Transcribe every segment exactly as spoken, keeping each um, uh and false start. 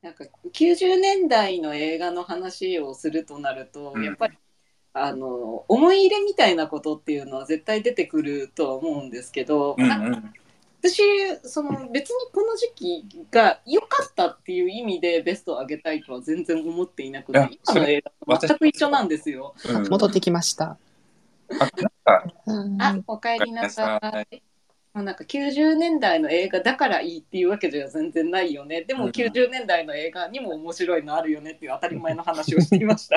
なんかきゅうじゅうねんだいの映画の話をするとなると、 うん、 やっぱりあの思い入れみたいなことっていうのは絶対出てくるとは思うんですけど、 うんなんかうん、 私その別にこの時期が良かったっていう意味でベストを上げたいとは全然思っていなくて、 いや、それ、 今の映画と私、 全く一緒なんですよ。 うん、 戻ってきました。 あ、なんか、 あ、 はい。 おかえりなささい。もうなんかきゅうじゅうねんだいの映画だからいいっていうわけじゃ全然ないよね。でもうん、 きゅうじゅうねんだいの映画にも面白いのあるよねっていう当たり前の話をしていました。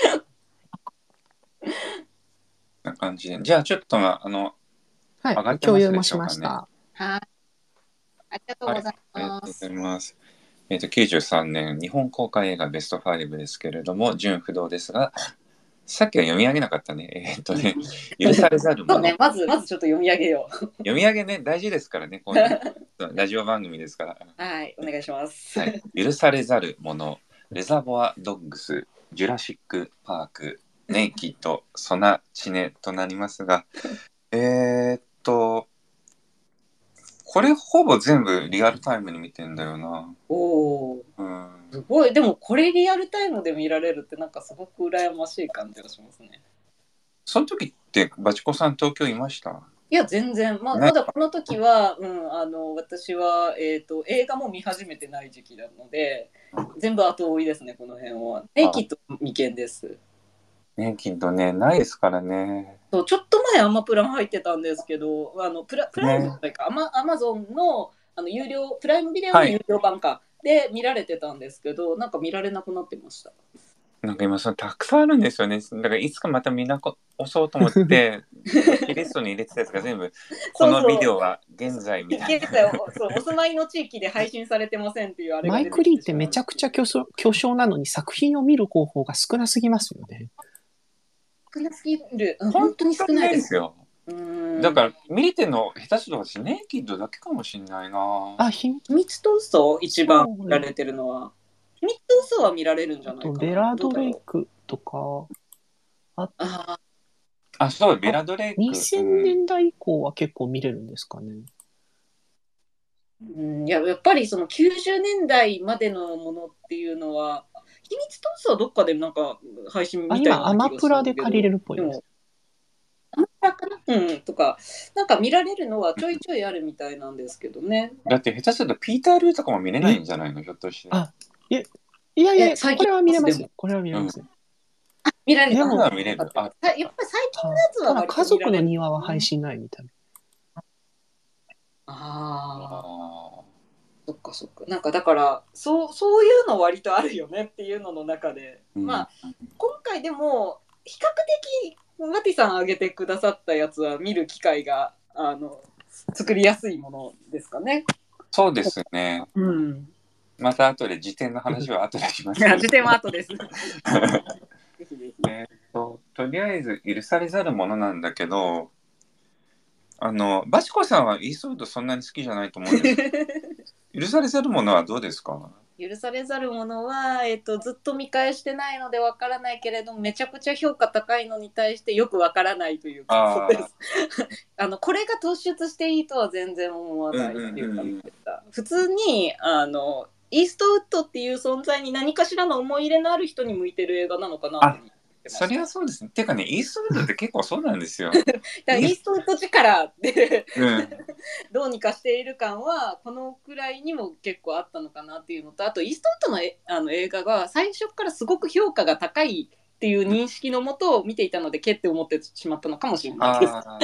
な感じで。じゃあ、ちょっと、あの、 はい、 上がって共有もしますでしょうかね。 ました。 はい、ありがとうはい、 ございありがとうござます。 います。えっと、きゅうじゅうさんねん日本公開映画ベストごですけれども、順不動ですが、さっきは読み上げなかったね。えっとね、許されざる者。 そうね、まずまずちょっと読み上げよう。 読み上げね、大事ですからね、こういうのラジオ番組ですから。 はい、お願いします。 はい、許されざる者、レザボアドッグス、ジュラシックパーク、ネイキッド、ソナチネとなりますが、えーっと、これほぼ全部リアルタイムに見てんだよな。 おお、 うん、 すごい。でもこれリアルタイムで見られるってなんかすごく羨ましい感じがしますね。 その時ってバチコさん東京いました？ いや全然 ま, まだこの時は、うん、あの私は、えーと、映画も見始めてない時期なので全部後追いですね。この辺はネイキッド未見です。 ネイキッドね、ないですからね。 そうちょっと前アマプラ入ってたんですけど、あのプラプライムじゃね、 ないか、アマアマゾンのあの有料プライムビデオはい。 の有料版かで見られてたんですけど、なんか見られなくなってました。 なんか今そのたくさんあるんですよね。だからいつかまた見直そうと思ってリストに入れてたやつが全部このビデオは現在みたいな。 現在おそうお住まいの地域で配信されてませんっていうあれがマイクリーってめちゃくちゃ巨匠巨匠なのに作品を見る方法が少なすぎますよね。 少なすぎる、うん、本当に少ないですよ。だから見れてるの下手すると私ネイキッドだけかもしれないな。 あ、秘密と嘘一番見られてるのは。秘密と嘘は見られるんじゃないかな。 ベラドレイクとか、あああ、そう、ベラドレイク。 にせんねんだい以降は結構見れるんですかね。 うん、いややっぱりそのきゅうじゅうねんだいまでのものっていうのは秘密と嘘はどっかでなんか配信みたいな気がするんだけど。 今アマプラで借りれるっぽいです。 アマプラかな、うん、とかなんか見られるのはちょいちょいあるみたいなんですけどね。 だって下手するとピーター・ルーとかも見れないんじゃないのひょっとして。 あ、いやいやいや、これは見れますよ。これは見れますよ。 あ、見られる。 でも見れる。 あ、やっぱり最近のやつは割と家族の庭は配信ないみたいな。 ああ、そっかそっか。なんかだからそうそういうの割とあるよねっていうのの中で、うん、まあ今回でも比較的マティさん挙げてくださったやつは見る機会があの作りやすいものですかね。 そうですね。 うん。 また後で辞典の話は後でします。 辞典は後です。ぜひぜひ。えっととりあえず許されざるものなんだけど、あのバチコさんはイーストウッドそんなに好きじゃないと思うんですけど許されざるものはどうですか？ 許されざるものは、えっと、ずっと見返してないのでわからないけれどもめちゃくちゃ評価高いのに対してよくわからないという感想です。あのこれが突出していいとは全然思わないっていうか、うんうんうん、普通にあのイーストウッドっていう存在に何かしらの思い入れのある人に向いてる映画なのかなと思って。 それはそうですね。てかね、イーストウッドって結構そうなんですよ。 だからイーストウッド力で、うん、どうにかしている感はこのくらいにも結構あったのかなっていうのと、あとイーストウッドの、あの映画が最初からすごく評価が高いっていう認識のもとを見ていたのでけって思ってしまったのかもしれないです。あ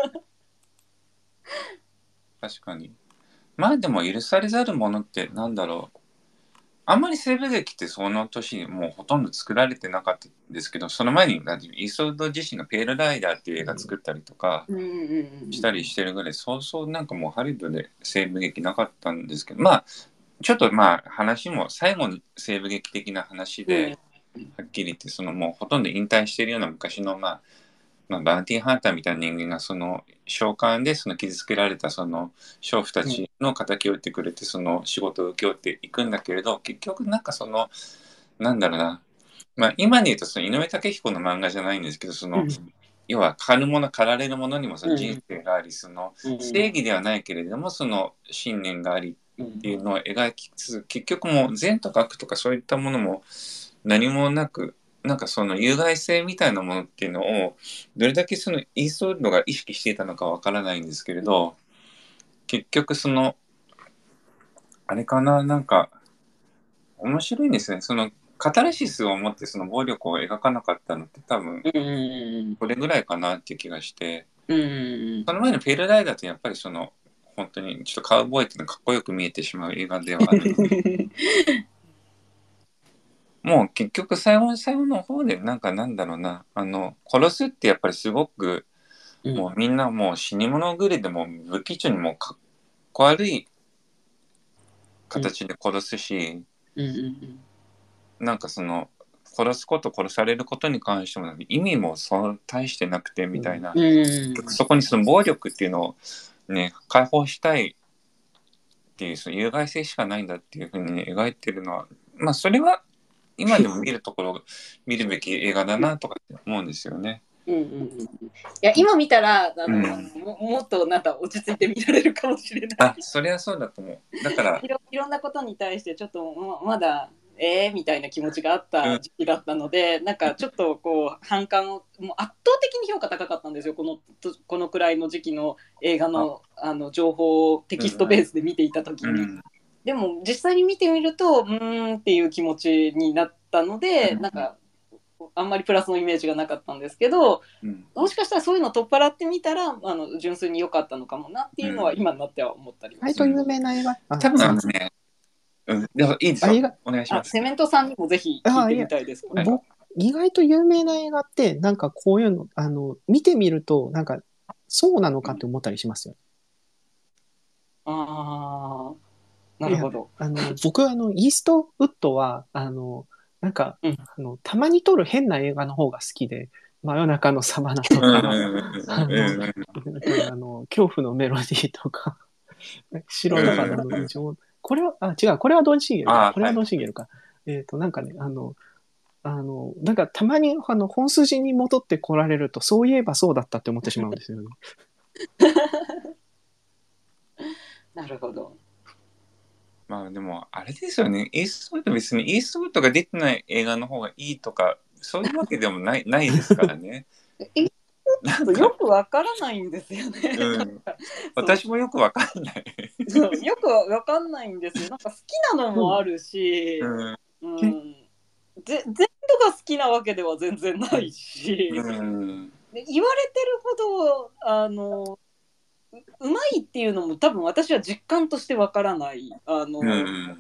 確かに。まあでも許されざるものってなんだろう。あんまり西部劇ってその年にもうほとんど作られてなかったんですけど、その前にイーストウッド自身がペールライダーっていう映画作ったりとかしたりしてるぐらい、そうそうなんかもうハリウッドで西部劇なかったんですけど、まあちょっとまあ話も最後に西部劇的な話で、はっきり言ってそのもうほとんど引退しているような昔のまあまあ、バウンティーハンターみたいな人間がその召喚でその傷つけられたその娼婦たちの敵を打ってくれてその仕事を請け負っていくんだけれど、結局なんかそのなんだろうな、まあ、今で言うとその井上武彦の漫画じゃないんですけど、その、うん、要は狩るもの狩られるものにもその人生があり、その正義ではないけれどもその信念がありっっていうのを描きつつ、結局もう善とか悪とかそういったものも何もなく、なんかその有害性みたいなものっていうのをどれだけそのイーストウッドが意識していたのかわからないんですけれど、結局そのあれかな、なんか面白いんですね。そのカタルシスを持ってその暴力を描かなかったのって多分これぐらいかなっていう気がして、 うんうんその前のペールライダーってやっぱりその本当にちょっとカウボーイっていうのがかっこよく見えてしまう映画ではあるのでもう結局最後の最後の方でなんかなんだろうな、あの殺すってやっぱりすごくうんもうみんなもう死に物狂いでも無機質にもかっこ悪い形で殺すし、 うんうんなんかその殺すこと殺されることに関しても意味もそう大してなくてみたいな、 うんうんそこにその暴力っていうのをね解放したいっていうその有害性しかないんだっていうふうに、ね、描いてるのはまあそれは今でも見るところ見るべき映画だなとかって思うんですよね。 うんうんうん、いや今見たらあの、 うん、 も, もっとなんか落ち着いて見られるかもしれない。 あ、それはそうだと思う。だからい ろ, いろんなことに対してちょっと ま, まだえーみたいな気持ちがあった時期だったので、うん、なんかちょっとこう反感をもう圧倒的に評価高かったんですよ、このこのくらいの時期の映画 の, あの情報をテキストベースで見ていた時に、うんうん、でも実際に見てみるとうーんっていう気持ちになったので、うん、なんかあんまりプラスのイメージがなかったんですけど、うん、もしかしたらそういうのを取っ払ってみたらあの純粋に良かったのかもなっていうのは今になっては思ったりはする。割と有名な映画、 うん、多分あのね、うん、でもいいですよ、お願いします。 セメントさんにもぜひ聞いてみたいです。 いや意外と有名な映画ってなんかこういうのあの見てみるとなんかそうなのかって思ったりしますよ。 うん、ああ、なるほど。 あの僕あのイーストウッドはあのなんか、うん、あのたまに撮る変な映画の方が好きで、真夜中のサバナとか、あの恐怖のメロディーとか、白い肌の異常、これはあ違うこれはドンシーゲルか、これはドンシーゲルか、はい、えっ、ー、となんかねあのあのなんかたまにあの本筋に戻ってこられるとそういえばそうだったって思ってしまうんですよね。 なるほど。 まあでもあれですよね、イーストウッド別にイーストウッドが出てない映画の方がいいとかそういうわけでもないないですからね。 よくわからないんですよね。 うん、私もよくわかんない。 よくわかんないんですよ。なんか好きなのもあるし、うんうん、ぜ全部が好きなわけでは全然ないし、うん、で言われてるほどあのうまいっていうのも多分私は実感としてわからない。あの、うん、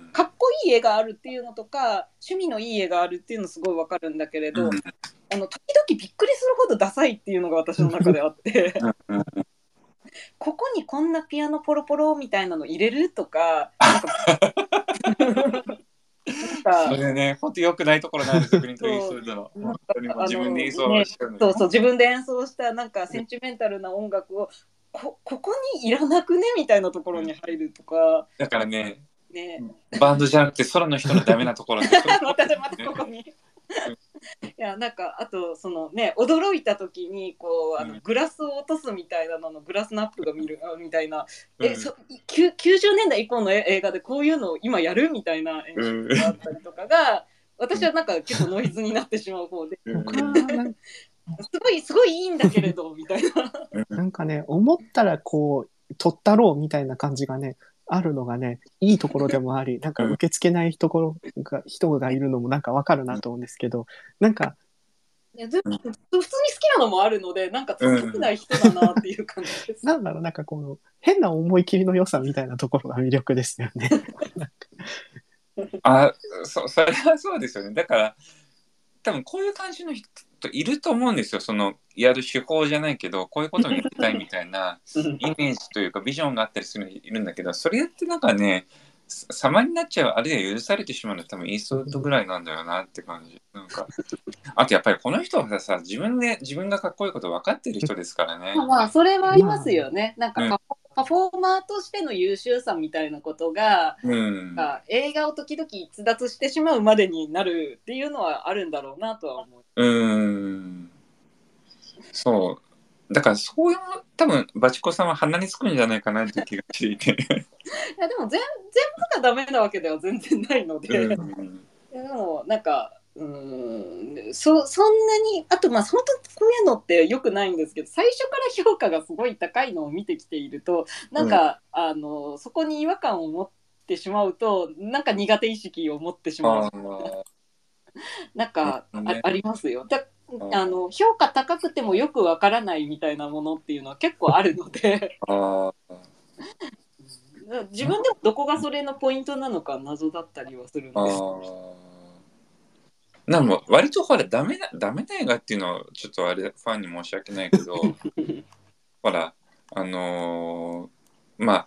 かっこいい絵があるっていうのとか趣味のいい絵があるっていうのすごいわかるんだけれど、うん、あの時々びっくりするほどダサいっていうのが私の中であってここにこんなピアノポロポロみたいなの入れるとかなんかそれね、本当良くないところなんですよ、クリント・イーストウッドの。本当にもう自分で演奏しちゃうの、ね、そうそう、自分で演奏したなんかセンチメンタルな音楽をこ, ここにいらなくねみたいなところに入るとか。 だからね、ねバンドじゃなくて空の人のダメなところでまたまたここにいやなんかあとそのね驚いた時にこうあのグラスを落とすみたいなののグラスナップが見るみたいな、うん、えそきゅうじゅうねんだい以降の映画でこういうのを今やるみたいな演出があったりとかが、うん、私はなんか結構ノイズになってしまう方で、うん、すごいすごいいいんだけれどみたいななんかね思ったらこう取ったろうみたいな感じがねあるのがねいいところでもありなんか受け付けないところが人がいるのもなんかわかるなと思うんですけどなんかいや普通に好きなのもあるのでなんか得意な人だなっていう感じです、 うん、なんだろうなんかこの変な思い切りの良さみたいなところが魅力ですよねあ そ, それはそうですよね。だから多分こういう感じの人いると思うんですよ。そのやる手法じゃないけどこういうことをやりたいみたいなイメージというかビジョンがあったりする人いるんだけどそれやってなんかね様になっちゃうあるいは許されてしまうのは多分イーストウッドぐらいなんだよなって感じ。なんかあとやっぱりこの人はさ自分で自分がかっこいいこと分かってる人ですからね。 まあそれはありますよね。なんか、うん、パフォーマーとしての優秀さみたいなことが、うん、映画を時々逸脱してしまうまでになるっていうのはあるんだろうなとは思う。 うんそうだからそういう多分バチコさんは鼻につくんじゃないかなっていう気がしていていやでも全全部がダメなわけでは全然ないので、 うん、 いやでもなんかうーん そ, そんなにあとまあ本当にこういうのってよくないんですけど、最初から評価がすごい高いのを見てきているとなんか、うん、あのそこに違和感を持ってしまうとなんか苦手意識を持ってしまうなんか あ,、ね、あ, ありますよ。だあの評価高くてもよくわからないみたいなものっていうのは結構あるのであ自分でもどこがそれのポイントなのか謎だったりはするんです。 なんも割とほらダメなダメな映画っていうのはちょっとあれファンに申し訳ないけどほらあのー、まあ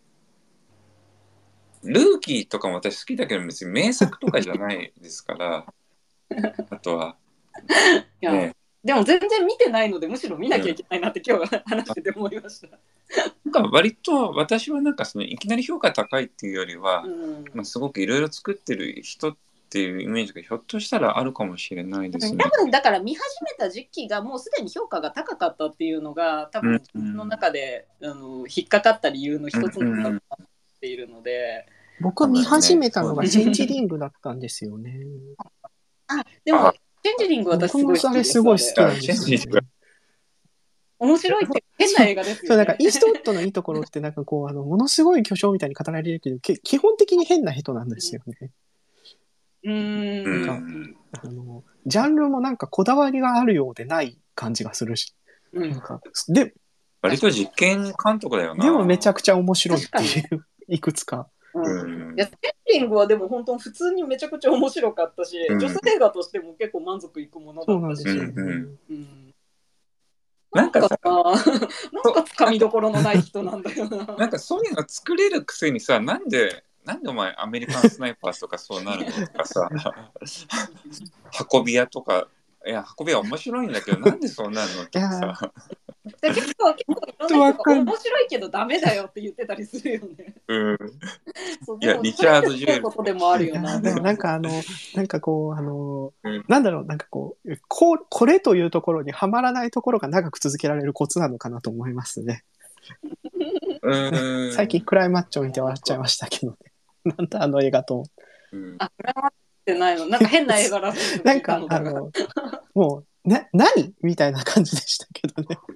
ルーキーとかも私好きだけど別に名作とかじゃないですからあとはいや、ね、でも全然見てないのでむしろ見なきゃいけないなって今日話してて思いました。 なんか割と私はなんかそのいきなり評価高いっていうよりは、うんまあ、すごくいろいろ作ってる人っていうイメージがひょっとしたらあるかもしれないですね。 多分だから見始めた時期がもうすでに評価が高かったっていうのが多分自分の中で、うん、あの引っかかった理由の一つのかなっているので、 うん、僕見始めたのがチェンジリングだったんですよね。 あでもチェンジリング私すごい好きです。 僕もあれすごい好きなんですよ、ね。 面白いって変な映画ですよね。 そうなんかイーストウッドのいいところってなんかこうあのものすごい巨匠みたいに語られるけど基本的に変な人なんですよね。 うーんなんかあのジャンルもなんかこだわりがあるようでない感じがするし、うん、なんかで割と実験監督だよな。 でもめちゃくちゃ面白いっていういくつか。 うん、いやステッリングはでも本当普通にめちゃくちゃ面白かったし、うん、女性映画としても結構満足いくものだったし、そうなんですよね。うんうんなんかさ、なんかつかみどころのない人なんだよな。 なんかそういうの作れるくせにさ、なんでなんでお前アメリカンスナイパーとかそうなるのとかさ、運び屋とか、いや運び屋面白いんだけどなんでそうなるのとかさ。 結構結構いろんな人が面白いけどダメだよって言ってたりするよね。 うん。そういやリチャード・ジュエルことでもあるよな。 でもなんかあのなんかこうあの、うん、なんだろうなんかこうこうこれというところにはまらないところが長く続けられるコツなのかなと思いますね。うん最近クライマッチョ見て笑っちゃいましたけどね。なんだあの映画と。 うん、あクライマッチョってないのなんか変な映画らしい。 なんかあのもうな何みたいな感じでしたけどね。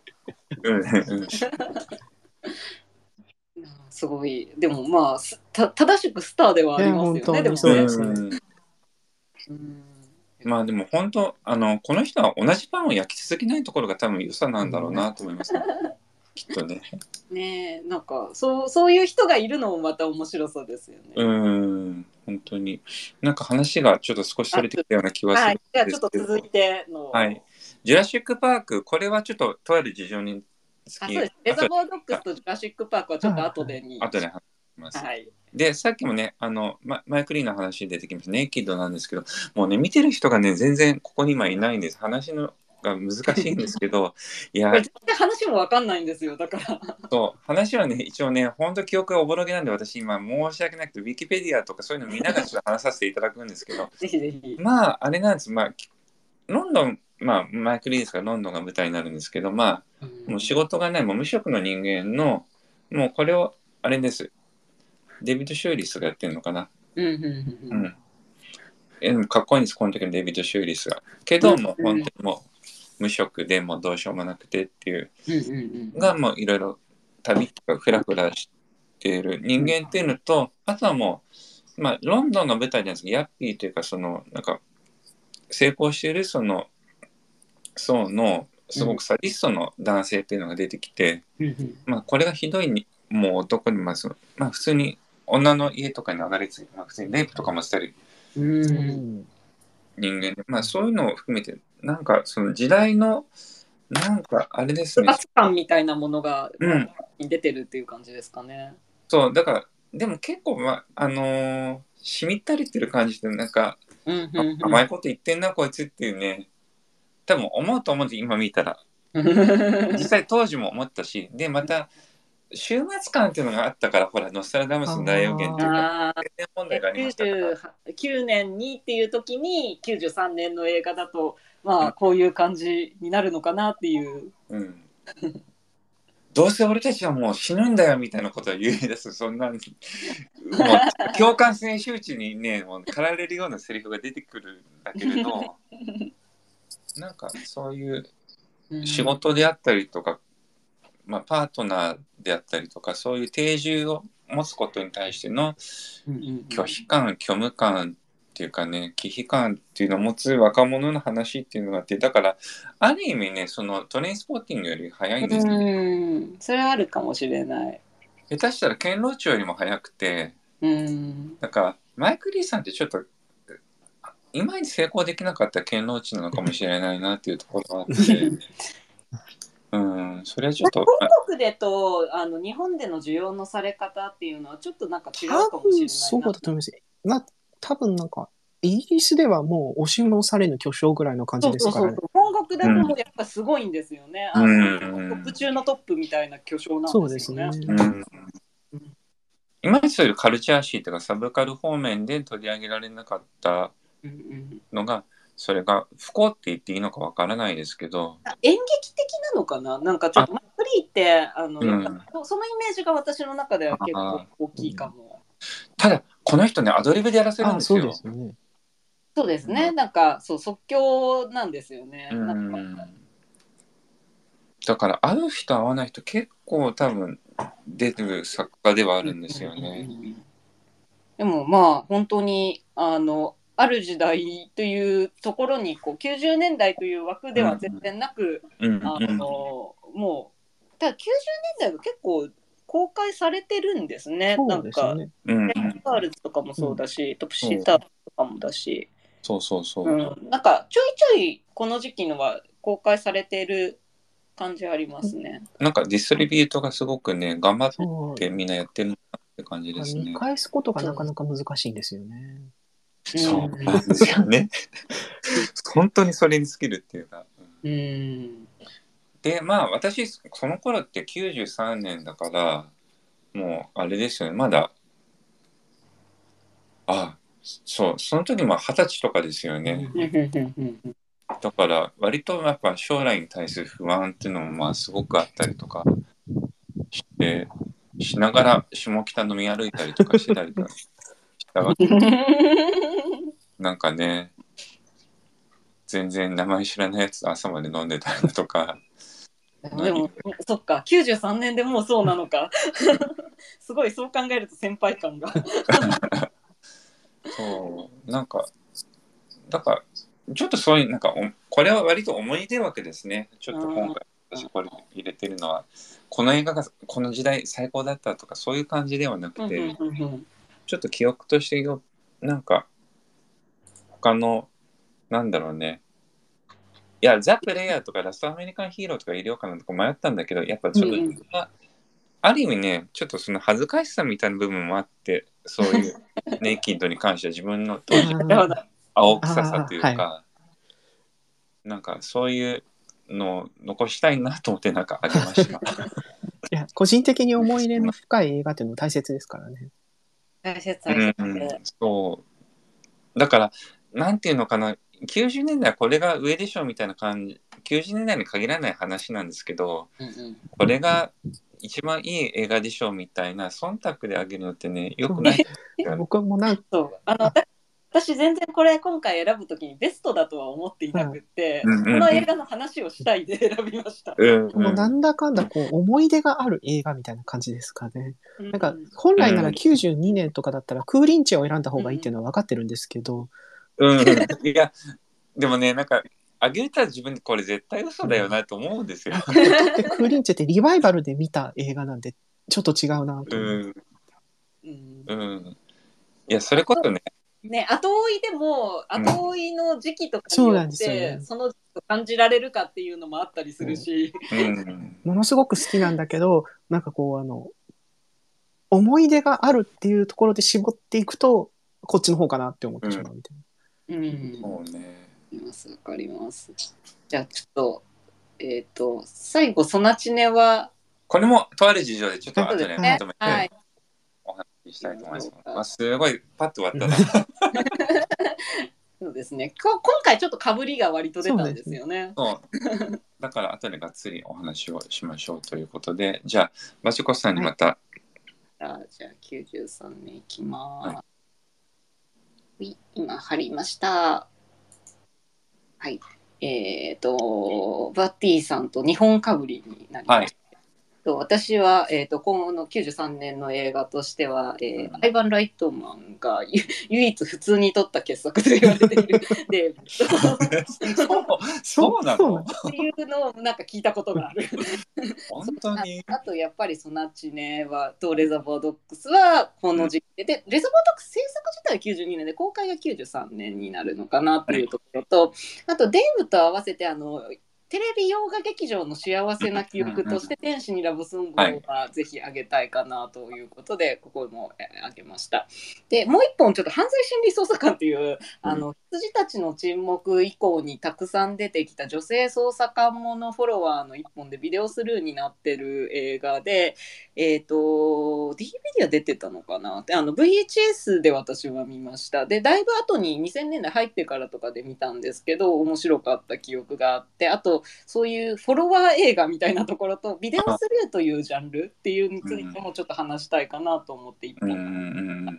すごいでもまあた正しくスターではありますよね。でもそうですね。 うんまあでも本当あのこの人は同じパンを焼き続けないところが多分良さなんだろうなと思います、ね、きっとね。 ねえなんかそうそういう人がいるのもまた面白さですよね。 うん本当になんか話がちょっと少しそれてきたような気はするんですけど。 はい、じゃあちょっと続いての。 はい。ジュラシックパークこれはちょっととある事情につき。あそうですレザボードッグスとジュラシックパークはちょっと後でに。 後で話します。 はい。 でさっきもねあのマイクリーの話出てきましたネイキッドなんですけどもうね見てる人がね全然ここに今いないんです話のが難しいんですけどいや全然話も分かんないんですよだからそう話はね一応ね本当記憶がおぼろげなんで私今申し訳なくてウィキペディアとかそういうの見ながらちょっと話させていただくんですけどぜひぜひまああれなんですまあロンドンまあマイクリーですからロンドンが舞台になるんですけどまあ、うん、もう仕事がないもう無職の人間のもうこれをあれですデビッド・シューリスがやってるのかな。うんうんうんうん。かっこいいんです、この時のデビッド・シューリスが。けども、うんうん、本当にもう無職でもどうしようもなくてっていう、うんうんうん、がもういろいろ旅とかフラフラしている人間っていうのと、あとはもう、まあ、ロンドンが舞台なんですけど、ヤッピーというか、その、なんか、成功しているその層のすごくサディストの男性っていうのが出てきて、うんうん、まあ、これがひどいに、もう男にまず、まあ、普通に、女の家とかに流れ着いて、まあ、普通にレイプとかもしたりする人間で、まあそういうのを含めて、なんかその時代の、なんかあれですね。 圧感みたいなものが、うん、出てるっていう感じですかね。 そう、だから、でも結構、まあ、あのー、しみったりってる感じで、なんか、うんうんうん、甘いこと言ってんな、こいつっていうね、多分思うと思うんで、今見たら。実際当時も思ったし、で、また、終末感っていうのがあったからほらノストラダムスの大予言っていうか問題がありましたからきゅうねんにっていう時にきゅうじゅうさんねんの映画だとまあこういう感じになるのかなっていう、 うん、 どうせ俺たちはもう死ぬんだよみたいなことを言い出す、そんなもう共感性周知にねもう駆られるようなセリフが出てくるんだけれどなんかそういう仕事であったりとか、まあ、パートナーであったりとかそういう定住を持つことに対しての拒否感虚無感っていうかね忌避感っていうのを持つ若者の話っていうのがあって、だからある意味ねそのトレインスポッティングより早いんですよ、ね、 うんそれはあるかもしれない。 下手したらケンローチよりも早くて、 うんだからマイク・リーさんってちょっといまいち成功できなかったケンローチなのかもしれないなっていうところがあってうん、それはちょっと韓国でとあの日本での需要のされ方っていうのはちょっとなんか違うかもしれないな。多分そうだと思います。まあ多分なんかイギリスではもう押しもされぬ巨匠ぐらいの感じですからね。 そうそうそう本国だともうやっぱすごいんですよね。うん、あのトップ中のトップみたいな巨匠なんですよね。そうですね。 うん、いまいちそういうカルチャーシーとかサブカル方面で取り上げられなかったのが、それが不幸って言っていいのかわからないですけど、 演劇的なのかな、なんかちょっとマックリーってあの、うん、そのイメージが私の中では結構大きいかも。 ただこの人ねアドリブでやらせるんですよ。 そうですね。 そうですね、うん、なんかそう即興なんですよね。うん、なんかだから合う人合わない人結構多分出てる作家ではあるんですよね。うんうんうん、 でもまあ本当にあのある時代というところにこうきゅうじゅうねんだいという枠では全然なく、うんうん、あのもうただきゅうじゅうねんだいが結構公開されてるんですね。 そうですね。 なんか、うん、ガールズとかもそうだし、うん、トップシーターとかもだし、 そうそうそう、 うん、なんかちょいちょいこの時期のは公開されている感じありますね。 なんかディストリビュートがすごくね頑張ってみんなやってるなって感じですね。 見返すことがなかなか難しいんですよね。 そうなんですよね。本当にそれに尽きるっていうか。 うん、 でまあ私その頃ってきゅうじゅうさんねんだからもうあれですよねまだあそうその時も二十歳とかですよね。だから割とやっぱ将来に対する不安っていうのもまあすごくあったりとかしてしながら下北飲み歩いたりとかしてたりとかしたわけなんかね全然名前知らないやつ朝まで飲んでたりとかでもそっかきゅうじゅうさんねんでもうそうなのかすごいそう考えると先輩感がそうなんかだからちょっとそういうなんかこれは割と思い出枠ですね。ちょっと今回私これ入れてるのはこの映画がこの時代最高だったとかそういう感じではなくて、うんうんうん、ちょっと記憶としてよなんか他のなんだろうねいやザ・プレイヤーとかラストアメリカンヒーローとか入れようかなとか迷ったんだけどやっぱちょっと、うんうん、ある意味ねちょっとその恥ずかしさみたいな部分もあってそういうネイキッドに関しては自分の当時の青臭さというか、はい、なんかそういうのを残したいなと思ってなんかあげましたいや個人的に思い入れの深い映画っていうのも大切ですからね。 大切大切、うん、 そうだからなんていうのかなきゅうじゅうねんだいはこれが上でしょみたいな感じきゅうじゅうねんだいに限らない話なんですけど、うんうん、これが一番いい映画でしょみたいな忖度であげるのってねよくない僕もなんそうあの私全然これ今回選ぶときにベストだとは思っていなくって、うん、この映画の話をしたいで選びました、 うんうん、もうなんだかんだこう思い出がある映画みたいな感じですかね、うん、なんか本来ならきゅうじゅうにねんとかだったらクーリンチェを選んだ方がいいっていうのは分かってるんですけど、 うんうん、いやでもねなんかあげたら自分でこれ絶対嘘だよなと思うんですよ、 うん、でクーリンチェってリバイバルで見た映画なんでちょっと違うなと思う、うんうん、いやそれこそねね、後追いでも後追いの時期とかによって、うん、そ, ね、その時期を感じられるかっていうのもあったりするし、うんうん、ものすごく好きなんだけどなんかこうあの思い出があるっていうところで絞っていくとこっちの方かなって思ってしまうみたいな、 うんうん、そうねわかりますじゃあちょっとえっ、ー、と最後ソナチネはこれもとある事情でちょっと後でまとめて、はい、お話ししたいと思います。あ、すごいパッと終わったな。 そうですね。今回ちょっと被りが割と出たんですよね。 そうだから後でがっつりお話をしましょうということで、じゃあバチコさんにまた、 はい、あじゃあきゅうじゅうさんねんいきます、はい、今貼りました。はい、えっ、ー、とバッティさんと日本かぶりになりました。はい、私は、えーと、このきゅうじゅうさんねんの映画としては、えーうん、アイヴァン・ライトマンが唯一普通に撮った傑作と言われているデーブそうそうなのっていうのをなんか聞いたことがある本当にあ, あとやっぱりソナチネはとレザーバードックスはこの時期で、うん、でレザーバードックス制作自体はきゅうじゅうにねんで公開がきゅうじゅうさんねんになるのかなっていうところと、はい、あとデーブと合わせてあのテレビ洋画劇場の幸せな記憶として天使にラブソングはぜひあげたいかなということでここもあげました。でもう一本ちょっと犯罪心理捜査官というあの羊たちの沈黙以降にたくさん出てきた女性捜査官ものフォロワーの一本でビデオスルーになってる映画で、えっと ディーブイディー は出てたのかなであの ブイエイチエス で私は見ました。でだいぶ後ににせんねんだい入ってからとかで見たんですけど面白かった記憶があって、あとそういうフォロワー映画みたいなところとビデオスルーというジャンルっていうについてもちょっと話したいかなと思って一本、うんうん、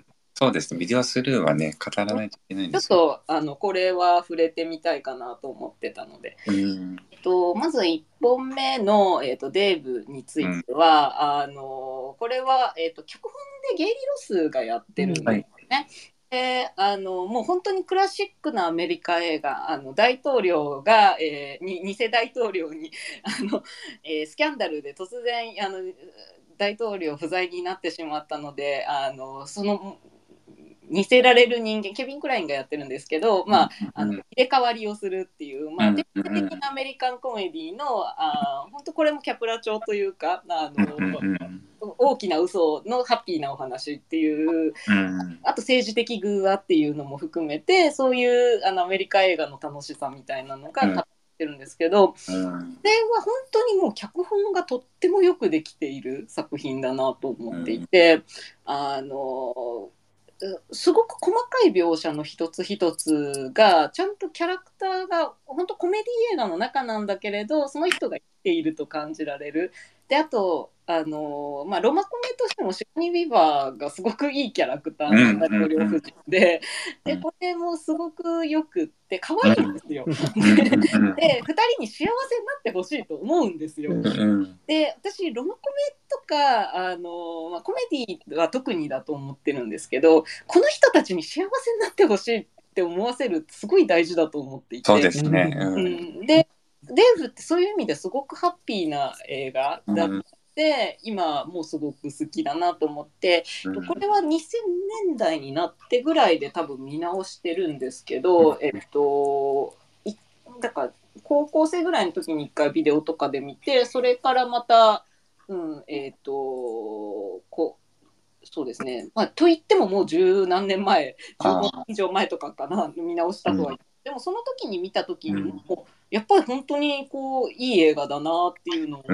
そうですね、ビデオスルーはね語らないといけないんですよ。ちょっとあのこれは触れてみたいかなと思ってたので、うんえっと、まずいっぽんめの、えっと、デーブについては、うん、あのこれは、えっと、脚本でゲイリー・ロスがやってるんですね。うんはいであのもう本当にクラシックなアメリカ映画、あの大統領が、えー、に偽大統領にあの、えー、スキャンダルで突然あの大統領不在になってしまったので、あのその似せられる人間ケビン・クラインがやってるんですけど、まあ、あの入れ替わりをするっていう、まあ、典型的なアメリカンコメディのあ本当これもキャプラ調というかあの大きな嘘のハッピーなお話っていう、あと政治的偶話っていうのも含めてそういうあのアメリカ映画の楽しさみたいなのが語ってるんですけど、それは本当にもう脚本がとってもよくできている作品だなと思っていて、あのすごく細かい描写の一つ一つがちゃんとキャラクターが本当コメディ映画の中なんだけれどその人が生きていると感じられる。であとあの、まあ、ロマコメとしてもシガニー・ウィーバーがすごくいいキャラクターの大統領夫人で、でこれもすごくよくって可愛いんですよ。でふたりに幸せになってほしいと思うんですよ。で私ロマコメとかあの、まあ、コメディは特にだと思ってるんですけどこの人たちに幸せになってほしいって思わせるすごい大事だと思っていて、 そうですね、 うんうん、でデーブってそういう意味ですごくハッピーな映画だって、うん、今もうすごく好きだなと思って、うん、これはにせんねんだいになってぐらいで多分見直してるんですけど、うん、えっとだから高校生ぐらいの時に一回ビデオとかで見てそれからまた、うんえっとこうそうですね、まあ、といってももう十何年前じゅうごねん以上前とかかな見直したとは言って、うん、でもその時に見た時にも、うん、やっぱり本当にこういい映画だなっていうのを、うん、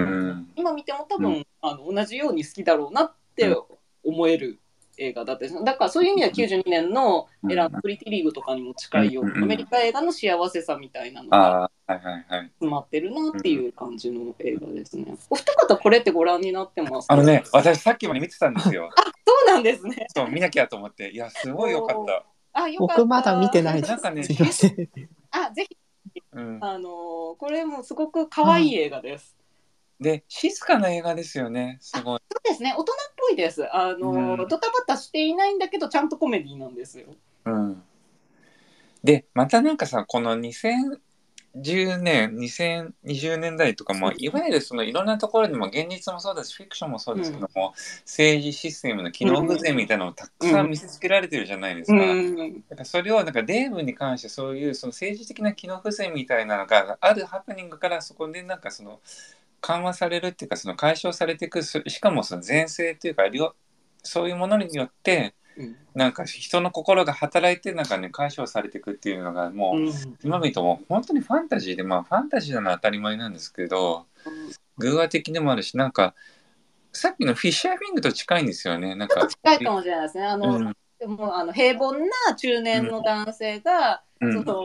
今見ても多分、うん、あの同じように好きだろうなって思える映画だったです。だからそういう意味ではきゅうじゅうにねんのエラープリティリーグとかにも近いような、うん、アメリカ映画の幸せさみたいなのが詰まってるなっていう感じの映画ですね。お二方これってご覧になってますか？ あのね、私さっきまで見てたんですよ。 あ、そうなんですね。 そう見なきゃと思って、いやすごいよかった。 あ、よかった。 僕まだ見てないです。 なんかね、 すいません。 あ、ぜひ、うん、あのこれもすごく可愛い映画です。 で静かな映画ですよね。すごい。 そうですね、大人っぽいです。あの、うん、ドタバタしていないんだけどちゃんとコメディなんですよ。 うん、でまたなんかさこのにせんじゅうねんにせんにじゅうねんだいとかもいわゆるそのいろんなところでも現実もそうだしフィクションもそうですけども、うん、政治システムの機能不全みたいなのをたくさん見せつけられてるじゃないですか。うん、だからそれをなんかデーブに関してそういうその政治的な機能不全みたいなのがあるハプニングからそこでなんかその緩和されるっていうかその解消されていく、しかもその前世というかそういうものによってなんか人の心が働いてなんかね解消されていくっていうのがもう、うん、今見るともう本当にファンタジーで、まあファンタジーなのは当たり前なんですけど、うん、偶話的でもあるし、なんかさっきのフィッシャーフィングと近いんですよね。なんか近いかもしれないですね。あの、うん、でもあの平凡な中年の男性が、うん、その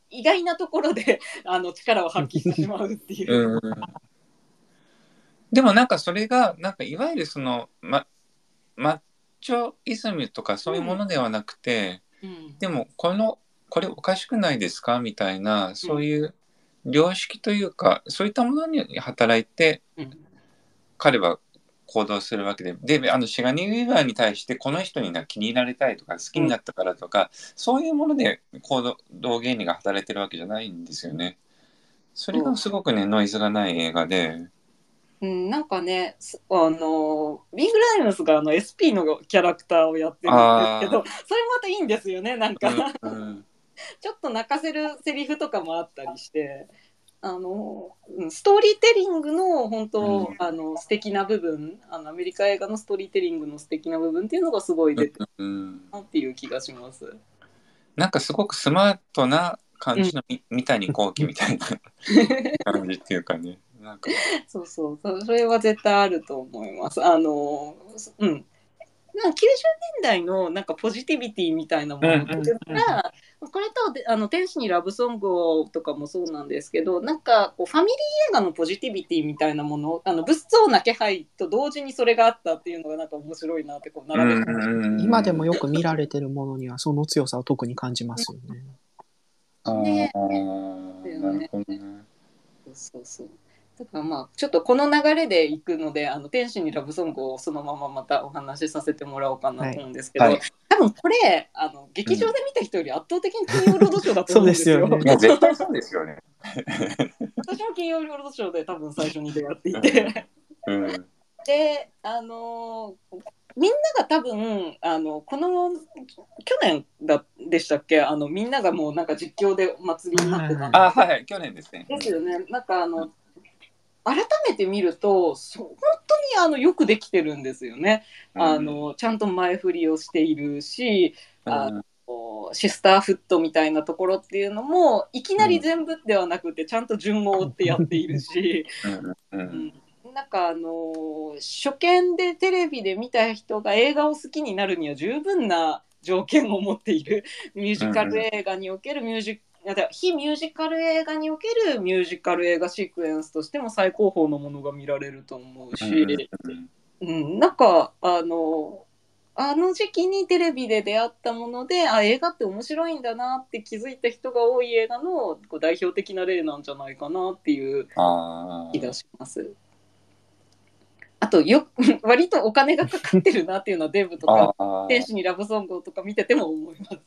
意外なところであの力を発揮してしまうっていう。 うん、でもなんかそれがなんかいわゆるその、ま、マッチョイズムとかそういうものではなくて、うん、でもこのこれおかしくないですかみたいなそういう良識というか、うん、そういったものに働いて、うん、彼は行動するわけで、であのシガニー・ウィーバーに対してこの人に気に入られたいとか好きになったからとか、うん、そういうもので行動原理が働いてるわけじゃないんですよね。それがすごくねノイズがない映画で、 うん、なんかねあのビーグ・ライムスがあの エスピー のキャラクターをやってるんですけど、それまたいいんですよねなんか、うんうん、ちょっと泣かせるセリフとかもあったりして。あのストーリーテリングの本当、うん、あの素敵な部分あのアメリカ映画のストーリーテリングの素敵な部分っていうのがすごい出てるなっていう気がします。 なんかすごくスマートな感じの、うん、三谷幸喜みたいな感じっていうかねなんかそうそうそれは絶対あると思います。あのうんなんかきゅうじゅうねんだいのなんかポジティビティみたいなものっていうのが、うんうんうん、これとあの天使にラブソングをとかもそうなんですけど、なんかこうファミリー映画のポジティビティみたいなもの、あの物騒な気配と同時にそれがあったっていうのがなんか面白いなってこう並べて、 うん、今でもよく見られてるものにはその強さを特に感じますよね。 ねあなるほどね。 そうそうそうだからまあちょっとこの流れでいくのであの天使にラブソングをそのまままたお話しさせてもらおうかなと思うんですけど、はいはい、多分これあの劇場で見た人より圧倒的に金曜ロードショーだと思うんですよ。 そうですよね。いや絶対そうですよね。 私も金曜ロードショーで多分最初に出会っていて、うんうん、であのみんなが多分あのこの去年だでしたっけあのみんながもうなんか実況でお祭りになってたんです、 あはいはい去年ですね。 ですよね。なんかあの改めて見ると本当にあのよくできてるんですよね。うん、あのちゃんと前振りをしているし、うん、あのシスターフットみたいなところっていうのもいきなり全部ではなくてちゃんと順を追ってやっているし、うんうんうん、なんかあの初見でテレビで見た人が映画を好きになるには十分な条件を持っているミュージカル映画におけるミュージック非ミュージカル映画におけるミュージカル映画シークエンスとしても最高峰のものが見られると思うし、うん、なんかあのあの時期にテレビで出会ったものであ映画って面白いんだなって気づいた人が多い映画のこう代表的な例なんじゃないかなっていう気がします。あとよ割とお金がかかってるなっていうのはデブとか天使にラブソングとか見てても思います。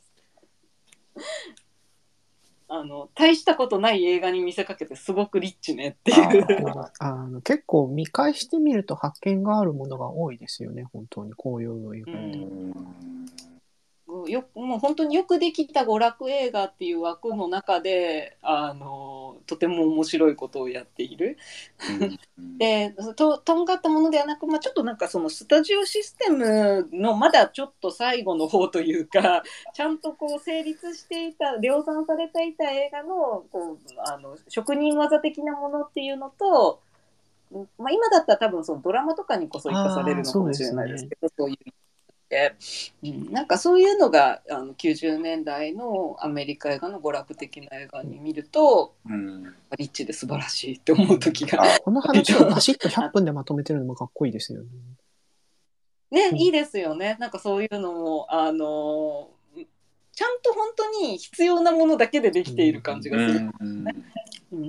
あの大したことない映画に見せかけてすごくリッチねっていうあの結構見返してみると発見があるものが多いですよね本当にこういう映画で、うんよもう本当によくできた娯楽映画っていう枠の中であのとても面白いことをやっている、うん、で と, とんがったものではなく、まあ、ちょっとなんかそのスタジオシステムのまだちょっと最後の方というかちゃんとこう成立していた量産されていた映画のこうあの職人技的なものっていうのと、まあ、今だったら多分そのドラマとかにこそ生かされるのかもしれないですけどそういううん、なんかそういうのがあのきゅうじゅうねんだいのアメリカ映画の娯楽的な映画に見ると、うん、リッチで素晴らしいって思う時がこの話をバシッとひゃっぷんでまとめてるのもかっこいいですよね。 ね、うん、いいですよね。なんかそういうのもあのちゃんと本当に必要なものだけでできている感じがする、ねうんうん、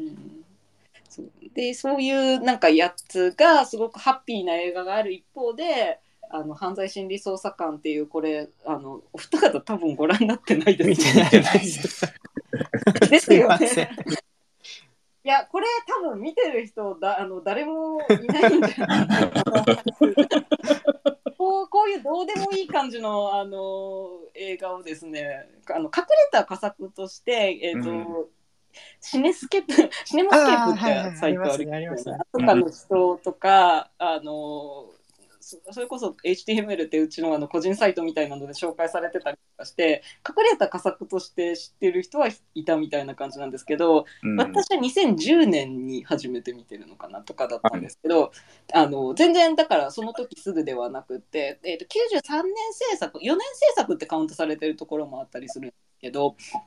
そうでそういうなんかやつがすごくハッピーな映画がある一方であの犯罪心理捜査官っていうこれあのお二方多分ご覧になってないですよね。見てないですですよね。いやこれ多分見てる人だあの誰もいないんじゃないかなこうこういうどうでもいい感じのあの映画をですねあの隠れた佳作として、えーとうんシネスケープシネマスケープってサイトありますよね。とかの人とかあのそれこそ エイチティーエムエル ってうち の, あの個人サイトみたいなので紹介されてたりとかして隠れた佳作として知ってる人はいたみたいな感じなんですけど、うん、私はにせんじゅうねんに初めて見てるのかなとかだったんですけど、はい、あの全然だからその時すぐではなくて、えーと、きゅうじゅうさんねん制作よねん制作ってカウントされてるところもあったりするんですけど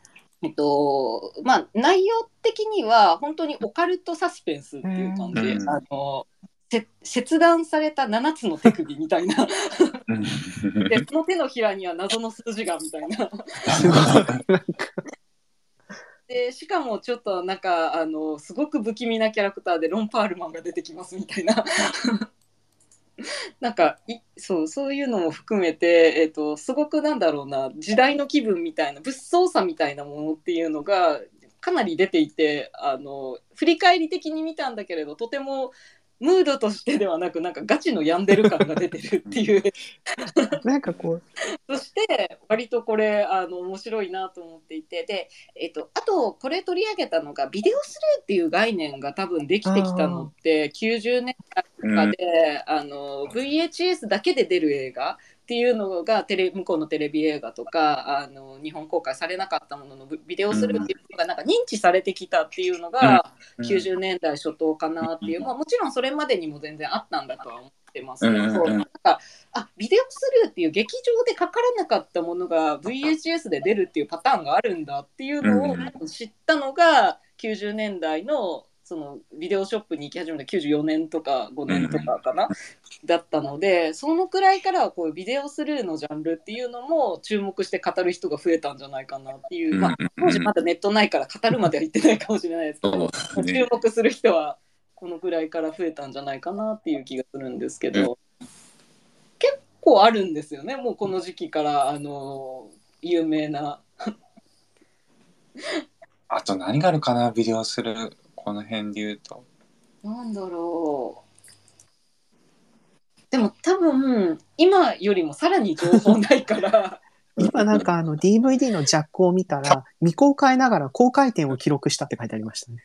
えっとまあ、内容的には本当にオカルトサスペンスっていう感じ、うん、あの切断されたななつの手首みたいなでその手のひらには謎の数字がみたいなでしかもちょっとなんかあのすごく不気味なキャラクターでロン・パールマンが出てきますみたいななんかいそうそういうのも含めて、えーと、すごくなんだろうな時代の気分みたいな物騒さみたいなものっていうのがかなり出ていて、あの振り返り的に見たんだけれどとてもムードとしてではなくなんかガチの病んでる感が出てるっていうなんかこうそして割とこれあの面白いなと思っていてで、えっと、あとこれ取り上げたのがビデオスルーっていう概念が多分できてきたのってきゅうじゅうねんだいとかで、うん、あの ブイエイチエス だけで出る映画っていうのがテレ向こうのテレビ映画とかあの日本公開されなかったもののビデオスルーっていうのがなんか認知されてきたっていうのがきゅうじゅうねんだい初頭かなっていう、まあ、もちろんそれまでにも全然あったんだとは思ってますけど、そうなんかあビデオスルーっていう劇場でかからなかったものが ブイエイチエス で出るっていうパターンがあるんだっていうのを知ったのがきゅうじゅうねんだいのそのビデオショップに行き始めたきゅうじゅうよねんとかごねんとかかな、だったのでそのくらいからこうビデオスルーのジャンルっていうのも注目して語る人が増えたんじゃないかなっていう、まあ、当時まだネットないから語るまでは言ってないかもしれないですけど、注目する人はこのくらいから増えたんじゃないかなっていう気がするんですけど、結構あるんですよねもうこの時期からあの有名なあと何があるかなビデオするこの辺で言うとなんだろうでも多分今よりもさらに情報ないから今なんかあの ディーブイディー のジャックを見たら未公開ながら公開点を記録したって書いてありましたね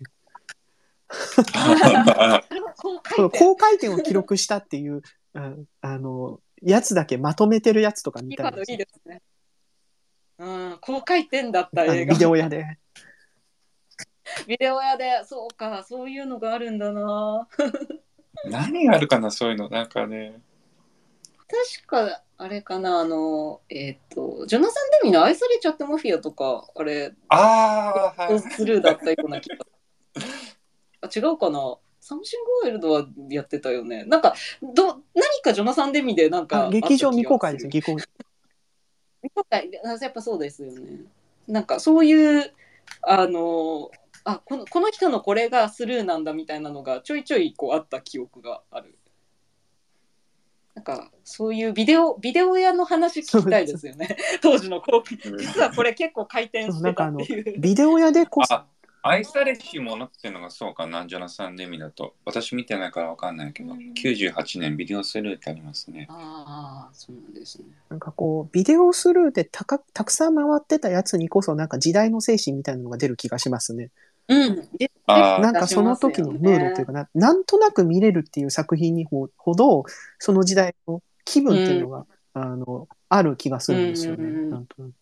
公開点を記録したっていうあ, あのやつだけまとめてるやつとか見たいです、 いいですね、うん、公開点だった映画ビデオ屋でビデオ屋でそうかそういうのがあるんだな何があるかなそういうのなんかね確かあれかなあのえっ、ー、とジョナサン・デミの愛されちゃってマフィアとかあれああはいスルーだったような気があ違うかなサムシングワイルドはやってたよねなんかど何かジョナサン・デミでなんか劇場未公開ですよ未公開未公開やっぱそうですよねなんかそういうあのあこの、この人のこれがスルーなんだみたいなのがちょいちょいこうあった記憶があるなんかそういうビデオビデオ屋の話聞きたいですよね当時のコーピー実はこれ結構回転してたっていうビデオ屋でこそ愛されしものっていうのがそうかなジョナサン・デミだと私見てないから分かんないけど、うん、きゅうじゅうはちねんビデオスルーってありますねああそうなんですねなんかこうビデオスルーでたかたくさん回ってたやつにこそなんか時代の精神みたいなのが出る気がしますねうんなんかその時のムードというか な, なんとなく見れるっていう作品にほどその時代の気分っていうのが、うん、あのある気がするんですよね、うん、なんとなく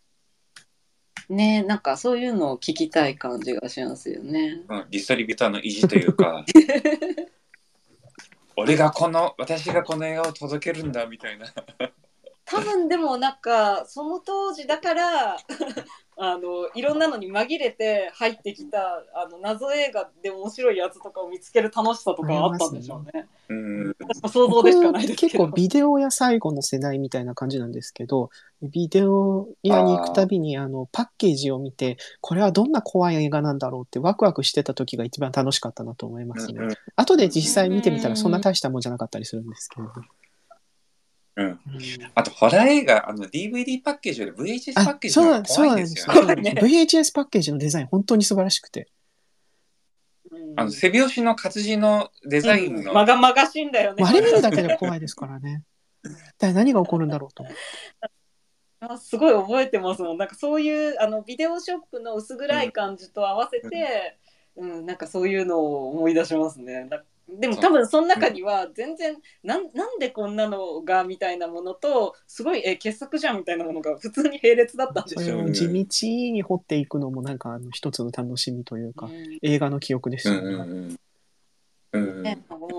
ねなんかそういうのを聞きたい感じがしますよね、 うん、ディストリビューターの意地というか俺がこの私がこの映画を届けるんだみたいな多分でもなんかその当時だからあのいろんなのに紛れて入ってきたあの謎映画で面白いやつとかを見つける楽しさとかあったんでしょうね。うん、想像でしかないですけど。 結構ビデオ屋最後の世代みたいな感じなんですけど、ビデオ屋に行くたびにあのパッケージを見てこれはどんな怖い映画なんだろうってワクワクしてた時が一番楽しかったなと思いますね。うんうん、後で実際見てみたらそんな大したもんじゃなかったりするんですけど。 うん、あとホラー映画あの ディーブイディー パッケージより ブイエイチエス パッケージの方が怖いんですよね。 そうなんです。ブイエイチエス パッケージのデザイン本当に素晴らしくて、 あの背拍子の活字のデザインの、 うん、まがまがしいんだよね。 あれ見るだけで怖いですからね。だ何が起こるんだろうと思って。 あすごい覚えてますもん。なんかそういうあのビデオショップの薄暗い感じと合わせて、うん、うん、なんかそういうのを思い出しますね。でも多分その中には全然な ん, なんでこんなのがみたいなものとすごいえ傑作じゃんみたいなものが普通に並列だったんでしょう、 ね、地道に掘っていくのもなんかあの一つの楽しみというか、うん、映画の記憶ですよね。うんうんうんね、も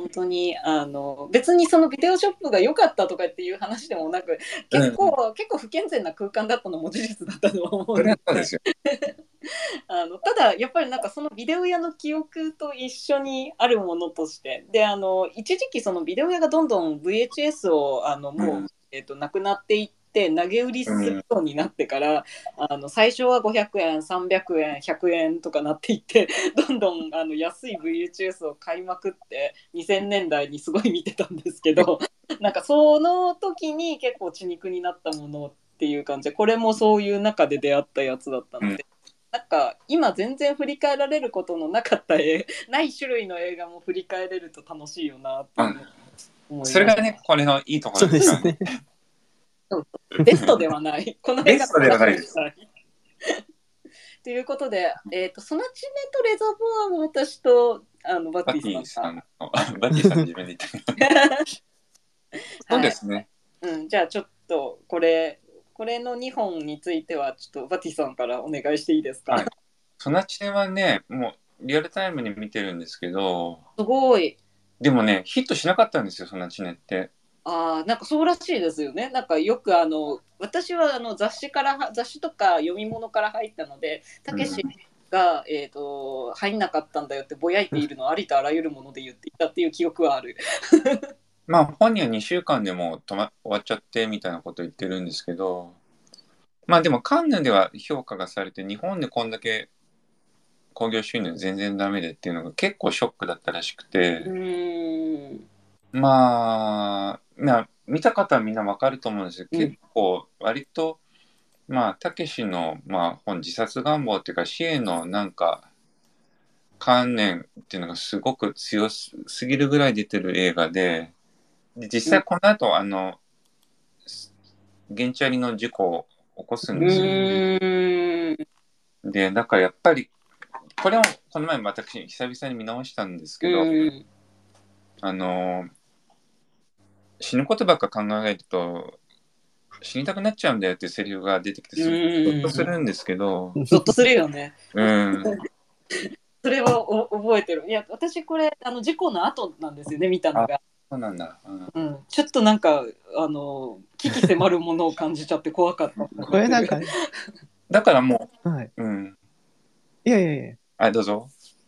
本当にあの別にそのビデオショップが良かったとかっていう話でもなく、結構、うん、結構不健全な空間だったのも事実だったと思うんですよ。あのただやっぱりなんかそのビデオ屋の記憶と一緒にあるものとしてで、あの一時期そのビデオ屋がどんどん ブイエイチエス をあのもう、うん、えーと、なくなっていってで投げ売りするようになってから、うん、あの最初はごひゃくえんさんびゃくえんひゃくえんとかなっていってどんどんあの安い ブイエイチエス を買いまくってにせんねんだいにすごい見てたんですけどなんかその時に結構血肉になったものっていう感じで、これもそういう中で出会ったやつだったので、うん、なんか今全然振り返られることのなかった映ない種類の映画も振り返れると楽しいよなって思います。 それがねこれのいいところですよね。 ベストではないこの映画ベストではないですということで、えーと、ソナチネとレザボアも私とあのバッティさんバッティさん自分で言ったそうですね、 はい、うん、じゃあちょっとこれこれのにほんについてはちょっとバッティさんからお願いしていいですか。はい、 ソナチネはねもうリアルタイムに見てるんですけど、 すごい。 でもねヒットしなかったんですよソナチネって。 あ、なんかそうらしいですよね。なんかよくあの私はあの雑誌から雑誌とか読み物から入ったので、たけしが、うん、えーと入んなかったんだよってぼやいているのをありとあらゆるもので言っていたっていう記憶はある。 まあ本人はにしゅうかんでも止、ま、終わっちゃってみたいなこと言ってるんですけど、まあでもカンヌでは評価がされて日本でこんだけ興行収入全然ダメでっていうのが結構ショックだったらしくて、 うーん、 まあ、まあ、見た方はみんなわかると思うんですけど、うん、結構割とまあたけしの、まあ、本自殺願望っていうか死へのなんか観念っていうのがすごく強すぎるぐらい出てる映画で、で実際この後、うん、あの原チャリの事故を起こすんですよ。うーんでだからやっぱりこれをこの前私久々に見直したんですけど、うん、あの死ぬことばっか考えると死にたくなっちゃうんだよっていうセリフが出てきてすごいゾッとするんですけど、 ゾッとするよね。 うん。 それはお覚えてる。いや私これあの事故の後なんですよね見たのが。 そうなんだ、うんうん。ちょっとなんかあの危機迫るものを感じちゃって怖かった。 これなんかだからもう、はい、 うん。 いやいやいや。 あ、どうぞ。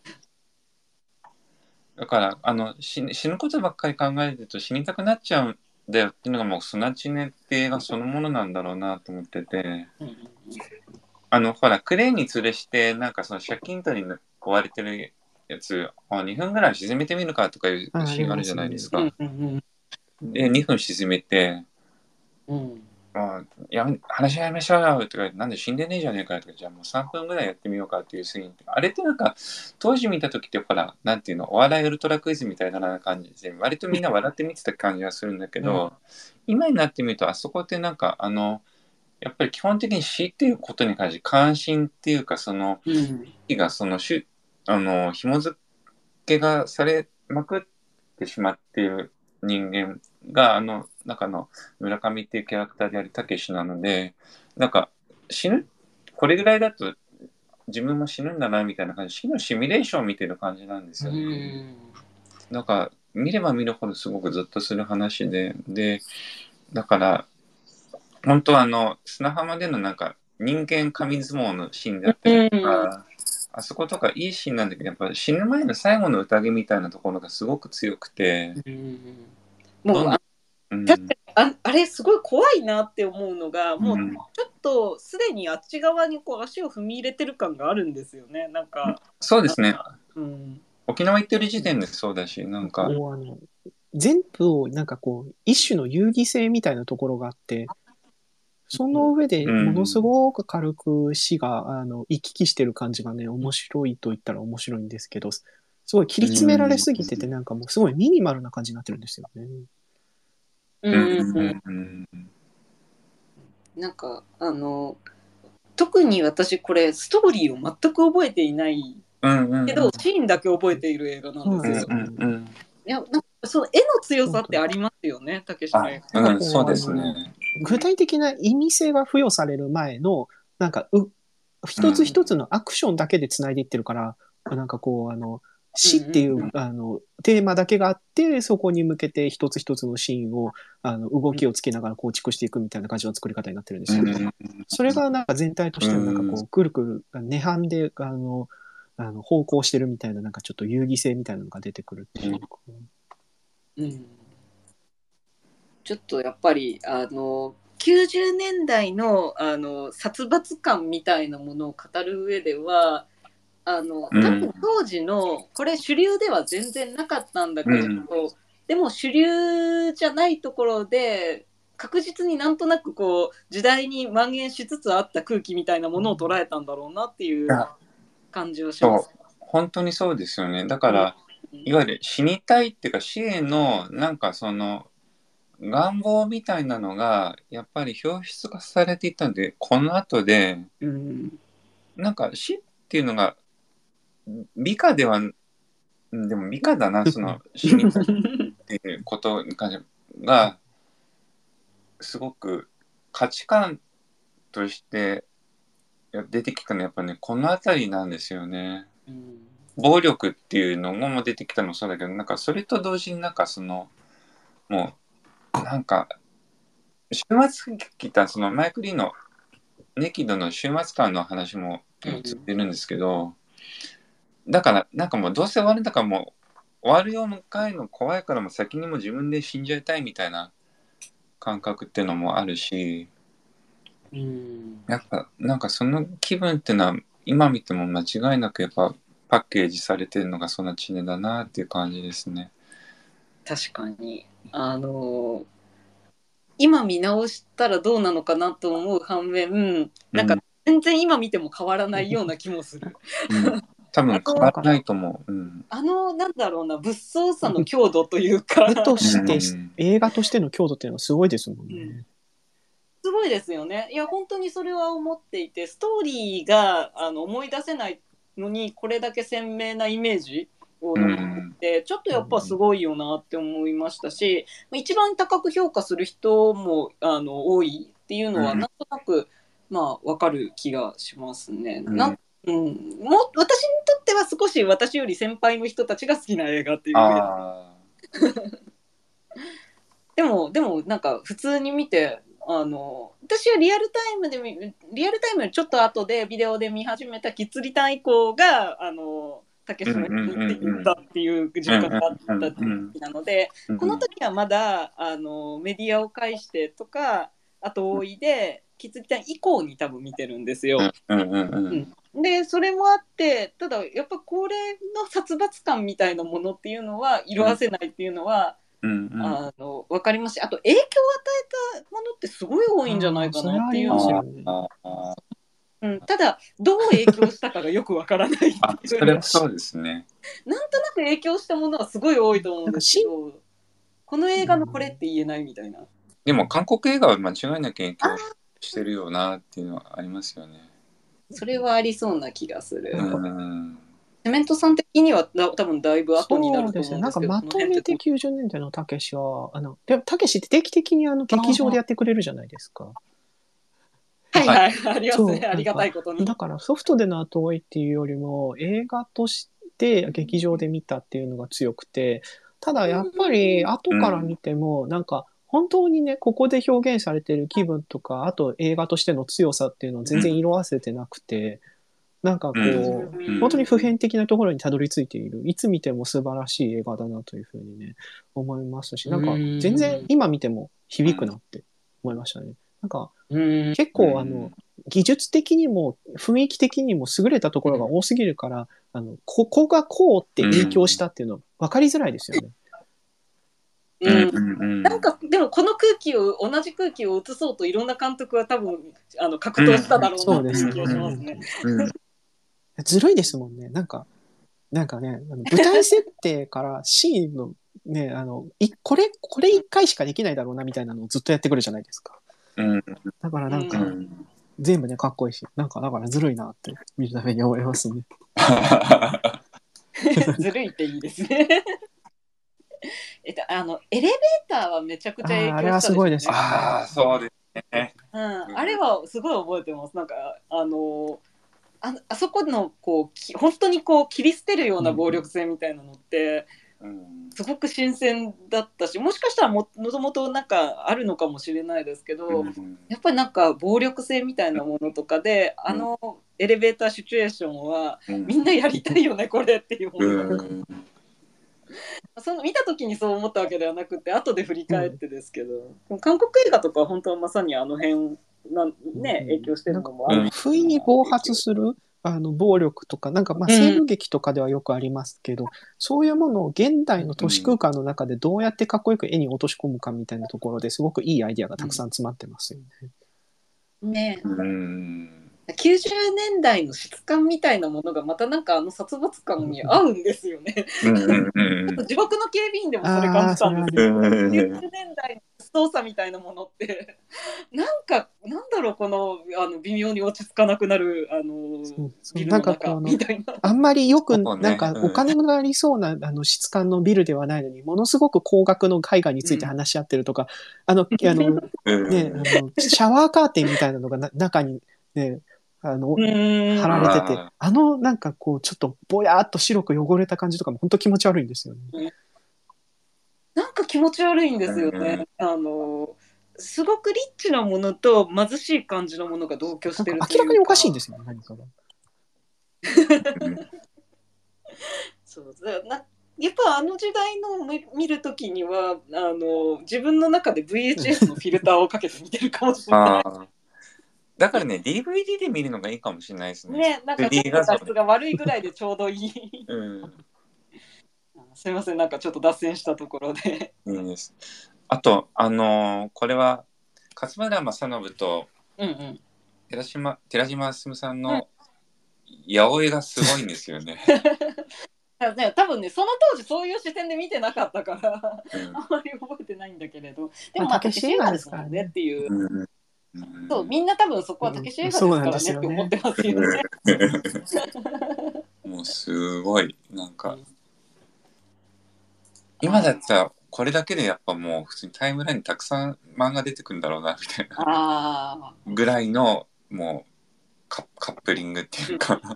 だからあの 死, 死ぬことばっかり考えてると死にたくなっちゃうんだよっていうのがもうソナチネって映画そのものなんだろうなと思ってて、うん、あのほらクレーンに吊るしてなんかその借金取りに追われてるやつにふんぐらい沈めてみるかとかいうシーンあるじゃないですか。でにふん沈めて、うん、あやめ話し合いましょうよとかなんで死んでねえじゃねえかとかじゃあもうさんぷんぐらいやってみようかっていうシーンあれってなんか当時見た時ってほらなんていうのお笑いウルトラクイズみたいな感じで割とみんな笑って見てた感じがするんだけど、うん、今になってみるとあそこってなんかあのやっぱり基本的に死っていうことに関して関心っていうかその、うん、がそのしあの紐付けがされまくってしまっている人間があの中の村上っていうキャラクターでありたけしなのでなんか死ぬこれぐらいだと自分も死ぬんだなみたいな感じ死のシミュレーションを見てる感じなんですよね。うんなんか見れば見るほどすごくずっとする話ででだから本当はあの砂浜でのなんか人間神相撲のシーンであったりとか、うん、あそことかいいシーンなんだけどやっぱ死ぬ前の最後の宴みたいなところがすごく強くて、うん、 もうあ、うん、確かに あ, あれすごい怖いなって思うのがもうちょっとすでにあっち側にこう足を踏み入れてる感があるんですよねなんかそうですね、うん、沖縄行ってる時点でそうだしなんかもうあの全部をなんかこう一種の遊戯性みたいなところがあってその上でものすごく軽く死があの行き来してる感じがね面白いと言ったら面白いんですけどすごい切り詰められすぎててなんかもうすごいミニマルな感じになってるんですよね。 うんうんうん、なんかあの特に私これストーリーを全く覚えていないけど、うん、シーンだけ覚えている映画なんですよ。うんうんうん、いやなんかその絵の強さってありますよね、たけしの映画。 うん、そうですね。 具体的な意味性が付与される前のなんかう一つ一つのアクションだけでつないでいってるから、うん、なんかこうあの死っていう、 うんうんうん、 あのテーマだけがあって、そこに向けて一つ一つのシーンをあの動きをつけながら構築していくみたいな感じの作り方になってるんですよ。それがなんか全体としてのなんかこうくるくる涅槃であのあの方向してるみたいな、なんかちょっと遊戯性みたいなのが出てくるっていうか、 うん、ちょっとやっぱりあのきゅうじゅうねんだいのあの殺伐感みたいなものを語る上では、あの多分当時のこれ主流では全然なかったんだけれど、うん、でも主流じゃないところで確実になんとなくこう時代に蔓延しつつあった空気みたいなものを捉えたんだろうなっていう感じはします。 本当にそうですよね。だから、うん、いわゆる死にたいっていうか死へのなんかその願望みたいなのがやっぱり表出化されていたんで、この後で、うん、なんか死っていうのが美化では、でも美化だな、その死にたいっていうことに関してがすごく価値観として出てきたのはやっぱね、この辺りなんですよね。うん、暴力っていうのも出てきたのもそうだけど、なんかそれと同時になんかそのもうなんか終末期たそのマイク・リーのネキドの終末感の話も言ってるんですけど、うん、だからなんかもうどうせ終わるんだからもう終わるよ向かいの怖いからもう先にも自分で死んじゃいたいみたいな感覚っていうのもあるし、うん、やっぱなんかその気分っていうのは今見ても間違いなくやっぱパッケージされてるのがそんなチネだなっていう感じですね。 確かにあの今見直したらどうなのかなと思う反面、なんか全然今見ても変わらないような気もする。 うん、多分変わらないと思う。うん、 あのなんだろうな、物騒さの強度というか絵として、うん、映画としての強度っていうのはすごいですもんね。うん、 すごいですよね。いや本当にそれは思っていて、ストーリーがあの思い出せないのにこれだけ鮮明なイメージを残ってちょっとやっぱすごいよなって思いましたし、一番高く評価する人もあの多いっていうのはなんとなく、まあ分かる気がしますね。なんうん、も私にとっては少し私より先輩の人たちが好きな映画っていうでもでもなんか普通に見て、あの私はリアルタイムでリアルタイムよりちょっと後でビデオで見始めたキッズリターン以降があのたけしの言っていったっていう実感があった時なので、この時はまだあのメディアを介してとか後追いでキッズリターン以降に多分見てるんですよ。うんうんうん、でそれもあって、ただやっぱこれの殺伐感みたいなものっていうのは色あせないっていうのは、うんうん、あの分かりますし、あと影響を与えたものってすごい多いんじゃないかなっていうのは、うん、ただどう影響したかがよくわからないっていう。 あ、それはそうですね。 なんとなく影響したものはすごい多いと思うんですけど、この映画のこれって言えないみたいな。 でも韓国映画は間違いなく影響してるよなっていうのはありますよね。 それはありそうな気がする。うん、セメントさん的には多分だいぶ後になると思うんですけど、 なんかまとめてきゅうじゅうねんだいのたけしは、あのでもたけしって定期的にあの劇場でやってくれるじゃないですか。 はいはい、ありますね、ありがたいことに。 だからソフトでの後追いっていうよりも映画として劇場で見たっていうのが強くて、ただやっぱり後から見てもなんか本当にね、ここで表現されてる気分とか、あと映画としての強さっていうのを全然色あせてなくて、なんかこう、うん、本当に普遍的なところにたどり着いている、いつ見ても素晴らしい映画だなというふうにね、思いますし、なんか全然今見ても響くなって思いましたね。なんか結構あの、技術的にも雰囲気的にも優れたところが多すぎるから、あの、ここがこうって影響したっていうの分かりづらいですよね。 うん、なんかでもこの空気を同じ空気を移そうといろんな監督は多分あの格闘しただろうなっていう気がしますね。 ずるいですもんね。なんかなんかね、あの舞台設定からシーンのね、あのいこれこれ一回しかできないだろうなみたいなのをずっとやってくるじゃないですか。うん、だからなんか、うん、全部ねかっこいいし、なんかだからずるいなって見るために思いますね。 ずるいっていいですね。えっと、あのエレベーターはめちゃくちゃ影響したですね。 あれはすごいですね。 ああ、そうですね。 うん、あれはすごい覚えてます。なんかあのああそこのこうき本当にこう切り捨てるような暴力性みたいなのって、うん、すごく新鮮だったし、もしかしたら も, もともとなんかあるのかもしれないですけど、うん、やっぱりなんか暴力性みたいなものとかで、うん、あのエレベーターシチュエーションは、うん、みんなやりたいよねこれっていうものが、うん、その見た時にそう思ったわけではなくて後で振り返ってですけど、うん、韓国映画とかは本当はまさにあの辺な、ね、影響してるのもある。 不意に暴発するあの暴力とか、なんかまあ西部劇とかではよくありますけど、うん、そういうものを現代の都市空間の中でどうやってかっこよく絵に落とし込むかみたいなところですごくいいアイディアがたくさん詰まってますよね。 うん、ねえ。うんきゅうじゅうねんだいの質感みたいなものがまたなんかあの殺伐感に合うんですよね。地獄の警備員でもそれ感じたんですよ。きゅうじゅうねんだいの操作みたいなものってなんかなんだろうこのあの微妙に落ち着かなくなるあのビルの中みたいな。 あんまりよくなんかお金がありそうなあの質感のビルではないのにものすごく高額の絵画について話し合ってるとか、うん、あのあのねあのシャワーカーテンみたいなのがな中にね。あの貼られてて、あのなんかこうちょっとぼやっと白く汚れた感じとかも本当気持ち悪いんですよね。 なんか気持ち悪いんですよね。あのすごくリッチなものと貧しい感じのものが同居してるというか。 明らかにおかしいんですよね、何かが。 そうなやっぱあの時代の見るときにはあの自分の中で ブイエイチエス のフィルターをかけて見てるかもしれない。 だからね ディーブイディー で見るのがいいかもしれないですね。 ね、なんかちょっと画質が悪いぐらいでちょうどいい。うん、すみません、なんかちょっと脱線したところで。 いいです。あとあのー、これは勝村政信と寺島、うんうん、寺島進さんの八百屋がすごいんですよね。 ね、多分ねその当時そういう視点で見てなかったから、うん、あんまり覚えてないんだけれど、でもまあ武士映画ですからねっていう、うんうん、そうみんな多分そこは武士映画ですからねって思ってますよね。 もうすごいなんか、うん、今だったらこれだけでやっぱもう普通にタイムラインにたくさん漫画出てくるんだろうなみたいなぐらいのもう カ, カップリングっていうか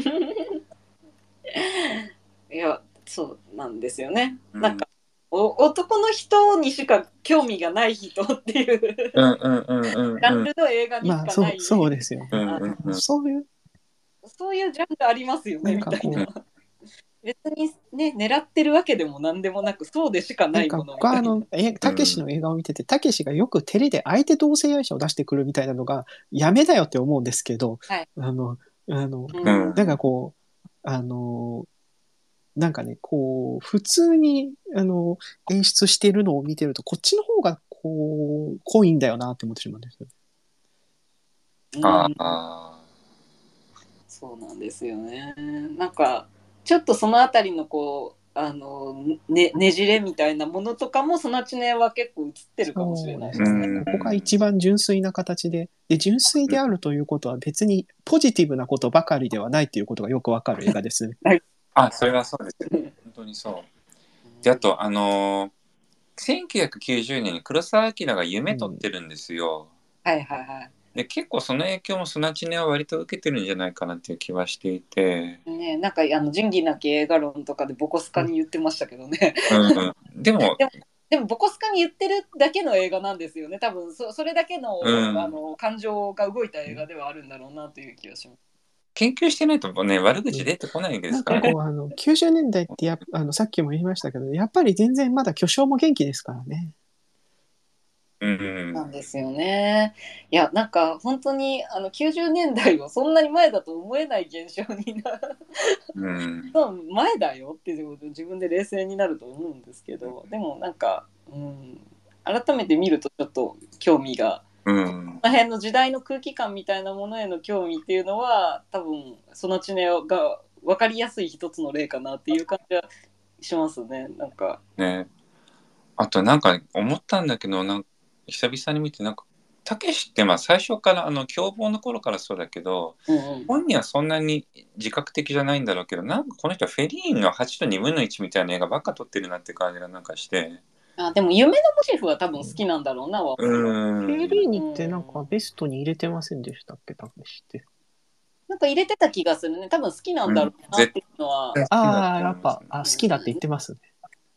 いやそうなんですよね、うん、なんかお男の人にしか興味がない人っていうジャンルの映画にしかない、まあ、そう、 そうですよ、うんうんうん、そういうそういうジャンルありますよねみたいな。別にね狙ってるわけでも何でもなくそうでしかないものみたいな。 なんか僕はあのたけしの映画を見ててたけしがよく照れで相手同性愛者を出してくるみたいなのがやめだよって思うんですけど、はい、あのあの、うん、なんかこうあのなんかねこう普通にあの演出してるのを見てるとこっちの方がこう濃いんだよなって思ってしまうんですよ。 うん、ああそうなんですよね。なんかちょっとそのあたりのこうあの ね, ねじれみたいなものとかもそのちねは結構映ってるかもしれないですね。 ここが一番純粋な形で、で純粋であるということは別にポジティブなことばかりではないということがよくわかる映画ですね。 はい、あ、それはそうですね。本当にそう。であとあのー、せんきゅうひゃくきゅうじゅうねんに黒澤明が夢撮ってるんですよ。 うん、はいはいはい。 で結構その影響もソナチネは割と受けてるんじゃないかなっていう気はしていて、 ね、なんかあの仁義なき映画論とかでボコスカに言ってましたけどね、 うんうん、でもでもでもボコスカに言ってるだけの映画なんですよね多分 そ, それだけの、うん、あの感情が動いた映画ではあるんだろうなという気がします。 研究してないとね悪口出てこないんですからね。 なんかこうあのきゅうじゅうねんだいってやあのさっきも言いましたけどやっぱり全然まだ巨匠も元気ですからね。 うん、 なんですよね。いやなんか本当にあのきゅうじゅうねんだいはそんなに前だと思えない現象になる、うん、前だよっていうこと自分で冷静になると思うんですけど、でもなんか、うん、改めて見るとちょっと興味が、うん、この辺の時代の空気感みたいなものへの興味っていうのは多分そのちねが分かりやすい一つの例かなっていう感じはしますね。なんかね、あとなんか思ったんだけどなんか久々に見てなんかたけしってまあ最初からあの凶暴の頃からそうだけど、うんうん、本人はそんなに自覚的じゃないんだろうけどなんかこの人はフェリーンのはちとにぶんのいちみたいな映画ばっか撮ってるなって感じがなんかして、 あでも夢のモチーフは多分好きなんだろうな、うん、 フェリーニってなんかベストに入れてませんでしたっけたけしって。 なんか入れてた気がするね。多分好きなんだろうなっていうのは。 うんああ、やっぱあ好きだって言ってますね。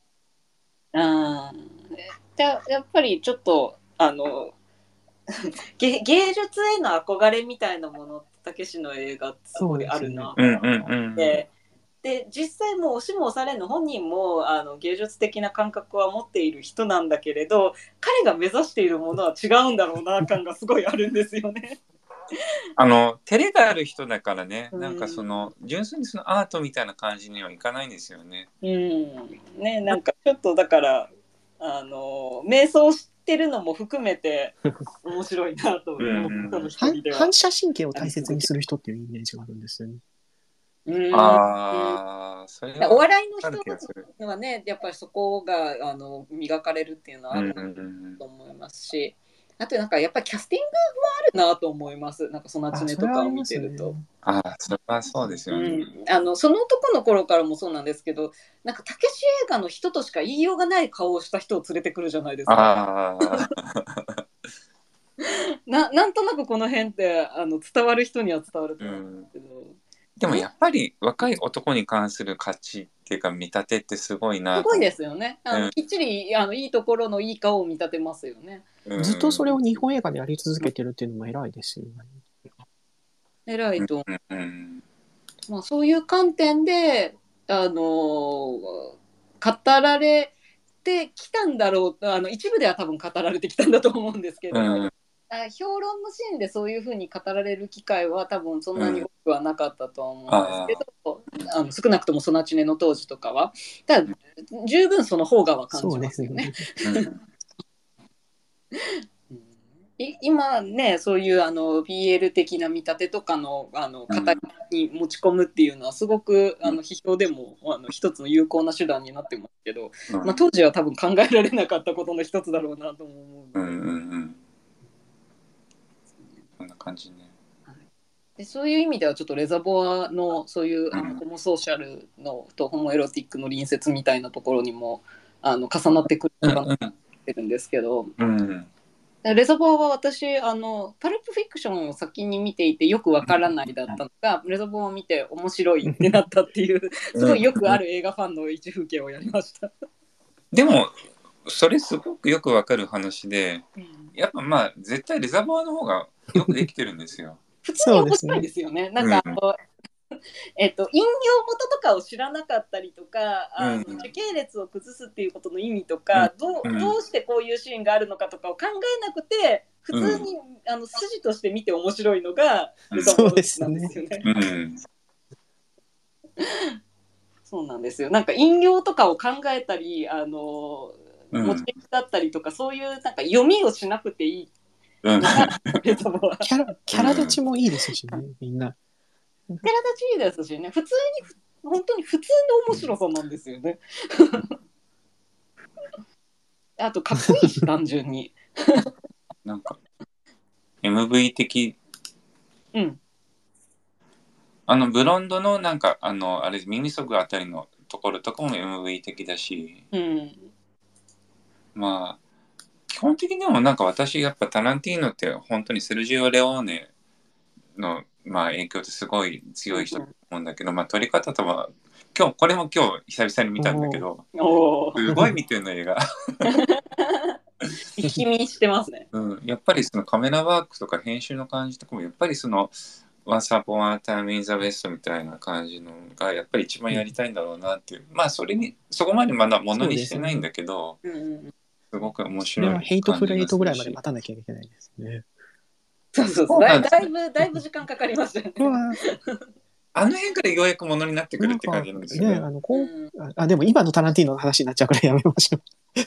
うんでやっぱりちょっとあの芸芸術への憧れみたいなものたけしの映画ってすごいあるなと思って、で実際もう押しも押されぬ本人もあの芸術的な感覚は持っている人なんだけれど、彼が目指しているものは違うんだろうな感がすごいあるんですよね。 あの照れがある人だからね、なんかその純粋にそのアートみたいな感じにはいかないんですよね。 うんね、なんかちょっとだからあの瞑想してるのも含めて面白いなと思う人では。 反射神経を大切にする人っていうイメージがあるんですよね。 うんあそれはお笑いの人はね、やっぱりそこがあの磨かれるっていうのはあると思いますし、あとなんかやっぱりキャスティングもあるなと思います。なんかソナチネとかを見てると。 ああ、それはそうですよね。 うん、あのその男の頃からもそうなんですけど、なんかたけし映画の人としか言いようがない顔をした人を連れてくるじゃないですか。あな, なんとなくこの辺ってあの伝わる人には伝わると思うんですけど、うん、 でもやっぱり若い男に関する価値っていうか見立てってすごいな。 すごいですよね。あの、うん、きっちりあのいいところのいい顔を見立てますよね。 ずっとそれを日本映画でやり続けてるっていうのも偉いですよね。 偉いと思う。うんうんまあ、そういう観点で、あのー、語られてきたんだろう、あの一部では多分語られてきたんだと思うんですけど、うん、評論のシーンでそういうふうに語られる機会は多分そんなに多くはなかったと思うんですけど、うん、あの少なくともソナチネの当時とかはただ十分その方がは感じますよね。今ねそういうあの ピーエル 的な見立てとかのあの形に持ち込むっていうのはすごくあの批評でもあの一つの有効な手段になってますけど、うんまあ、当時は多分考えられなかったことの一つだろうなと思うので、うんうんうん、 そんな感じね。 でそういう意味ではちょっとレザボアのそういうあのホモソーシャルのとホモエロティックの隣接みたいなところにもあの重なってくるのかなと思ってるんですけど、うんうんレザボアは私あのパルプフィクションを先に見ていてよくわからないだったのがレザボアを見て面白いってなったっていうすごいよくある映画ファンの一風景をやりましたでもそれすごくよくわかる話で、うん、やっぱまあ絶対レザボアの方がよくできてるんですよ普通に面白いですよね。なんか、うんえっと、引用元とかを知らなかったりとかあの、うん、時系列を崩すっていうことの意味とか、うんどう、どうしてこういうシーンがあるのかとかを考えなくて普通に、うん、あの筋として見て面白いのがレザボアなんですよね。そうなんですよ。なんか引用とかを考えたりあのモチーフだったりとか、うん、そういうなんか読みをしなくていい、うん、 レザボアキャラキャラ立ちもいいですしねみんな。 キャラ立ちいいですしね、普通に本当に普通の面白さなんですよね。あとかっこいいし単純に。 なんか エムブイ 的。 うん。 あのブロンドのなんかあのあれ耳そぐあたりのところとかも エムブイ 的だし、うん、まあ基本的にもなんか私やっぱタランティーノって本当にセルジオ・レオーネのまあ影響ってすごい強い人だと思うんだけど、うん、まあ撮り方とは今日これも今日久々に見たんだけどすごい見てるの映画一気見してますね、 うん、やっぱりそのカメラワークとか編集の感じとかもやっぱりそのOnce Upon a Time in the West みたいな感じのがやっぱり一番やりたいんだろうなっていう、うん、まあそれにそこまでまだものにしてないんだけど す,、ね、すごく面白い感じがするし、 ヘイトフルエイトぐらいまで待たなきゃいけないですね。 そうそうそうだい、だいぶだいぶ時間かかりましたよね。 あの辺からようやくものになってくるって感じなんですよね。 ねあのこう、うん、あでも今のタランティーノの話になっちゃうからやめましょう。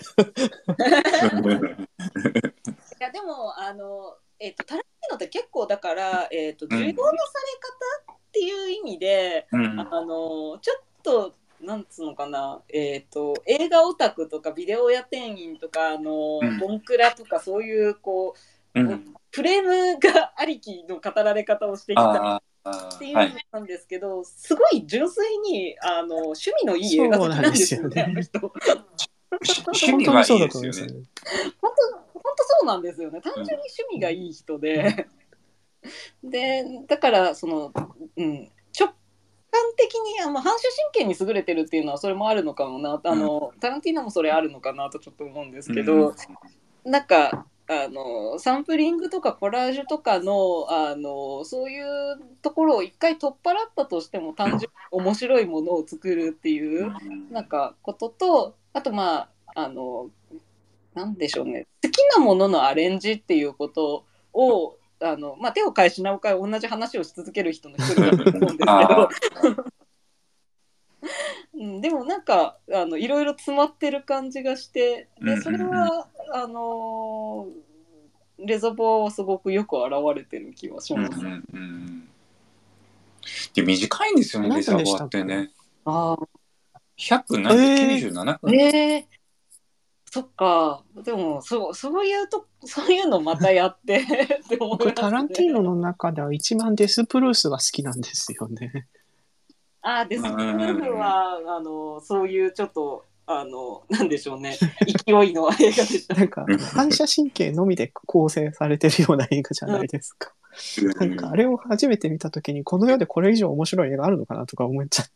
いやでもあの、えーと、タランティーノって結構だから、えーと、需要のされ方っていう意味で、うん、あのちょっとなんつうのかな、えーと、映画オタクとかビデオ屋店員とかあの、うん、ボンクラとかそういうこう、うん、プレームがありきの語られ方をしてきたっていうのなんですけど、はい、すごい純粋にあの趣味のいい映画好きなんですよね、あの人。 趣味はいいですよね。 本当、本当そうなんですよね。単純に趣味がいい人で、 でだからその、うん、直感的にあ、まあ、反射神経に優れてるっていうのはそれもあるのかもな、あのタランティーノもそれあるのかなとちょっと思うんですけど、うん、なんかあのサンプリングとかコラージュとかの、あのそういうところを一回取っ払ったとしても単純に面白いものを作るっていうなんかことと、あとまああのなんでしょうね、好きなもののアレンジっていうことをあの、まあ、手を変え品を変え同じ話をし続ける人の一人だと思うんですけどうん、でもなんかあのいろいろ詰まってる感じがして、でそれは、あのー、レザボアはすごくよく現れてる気はします。うんうんうん、 で短いんですよねレザボアってね。 あひゃくきゅうじゅうななふん。 えーえーそっか、でもそうそういうとそういうのまたやってって思いますね。 僕タランティーノの中では一番デスプルースが好きなんですよね。 あ、デスプルースはあのそういうちょっとあのなんでしょうね、勢いの映画でした。 なんか反射神経のみで構成されてるような映画じゃないですか。うん、なんかあれを初めて見たときにこの世でこれ以上面白い映画あるのかなとか思っちゃった。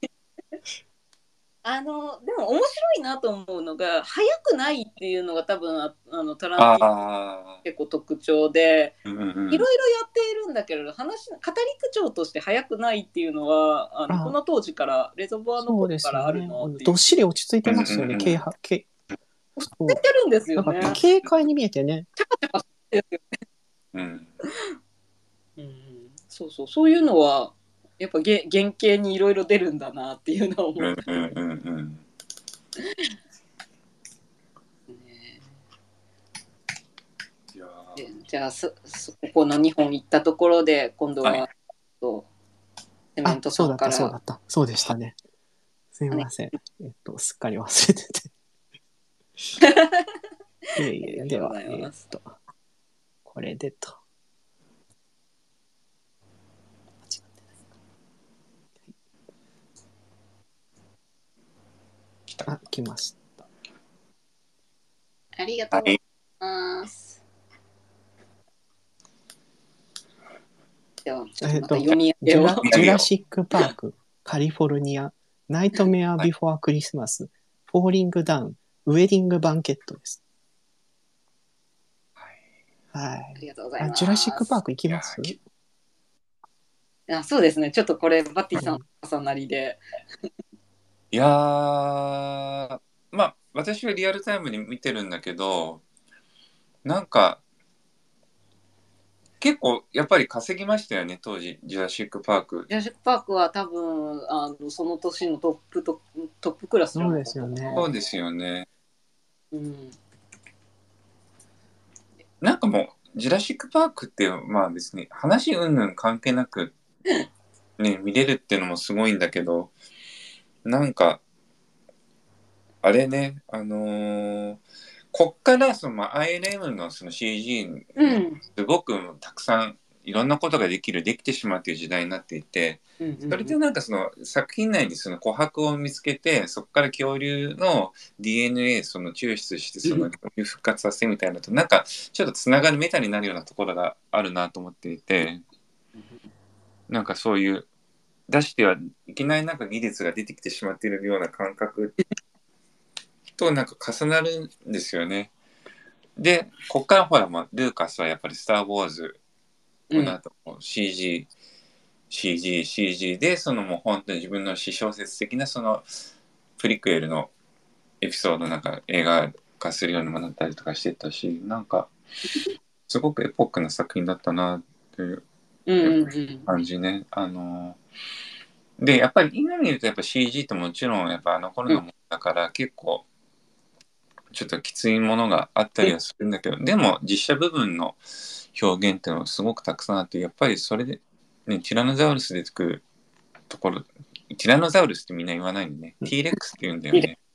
あのでも面白いなと思うのが速くないっていうのが多分ああのタランティーノ結構特徴で、いろいろやっているんだけれど話語り口調として速くないっていうのはあのこの当時からレゾボアの頃からあるのっていう、 どっしり落ち着いてますよね。軽派軽落ち着いてるんですよね。 なんか軽快に見えてね。 チャカチャカしてるんですよね。うんうん、そうそう、そういうのはやっぱげ原型にいろいろ出るんだなっていうのは思って、うんうんうんうんね、いやじゃあそそここのにほん行ったところで今度は、はい、とセメントさんから。 そうだったそうだったそうでしたね。すいません、えっとすっかり忘れてて。いえいえではえー、っとこれでと。あ、来ました。 ありがとうございます。ではちょっとまた読み上げを、えっと、 ジュラシックパーク、カリフォルニア、ナイトメアビフォークリスマス、フォーリングダウン、ウェディングバンケットです。 はい。はい、ありがとうございます。 ジュラシックパーク行きます？ あ、そうですね。ちょっとこれバッティさん重なりで。 いやー、まあ私はリアルタイムに見てるんだけど、なんか結構やっぱり稼ぎましたよね当時ジュラシックパーク。 ジュラシックパークは多分あのその年のトップトトップクラス。 そうですよね。 そうですよね。 うん。 なんかもうジュラシックパークってまあ別に話うんぬん関係なくね見れるっていうのもすごいんだけど、なんかあれね、あのー、こっからその、まあ、アイエルエム のその シージー すごくたくさんいろんなことができるできてしまうという時代になっていて、うんうんうん、それでなんかその作品内にその琥珀を見つけてそこから恐竜の ディーエヌエー その抽出してその恐竜復活させてみたいなとなんかちょっとつながるメタになるようなところがあるなと思っていて、なんかそういう出してはいけないなんか技術が出てきてしまっているような感覚となんか重なるんですよね。で、こっからほら、まあ、ルーカスはやっぱりスター・ウォーズ、この後も シージー、シージー、シージー で、そのもう本当に自分の私小説的なそのプリクエルのエピソードなんか映画化するようにもなったりとかしてたし、なんかすごくエポックな作品だったなっていう感じね。うんうんうん、あので、やっぱり今見るとやっぱ シージー ってもちろんやっぱあの頃のものだから結構、ちょっときついものがあったりはするんだけど、でも実写部分の表現っていうのはすごくたくさんあって、やっぱりそれで、ね、ティラノザウルス出てくるところ、ティラノザウルスってみんな言わないんでね、T レックスって言うんだよね。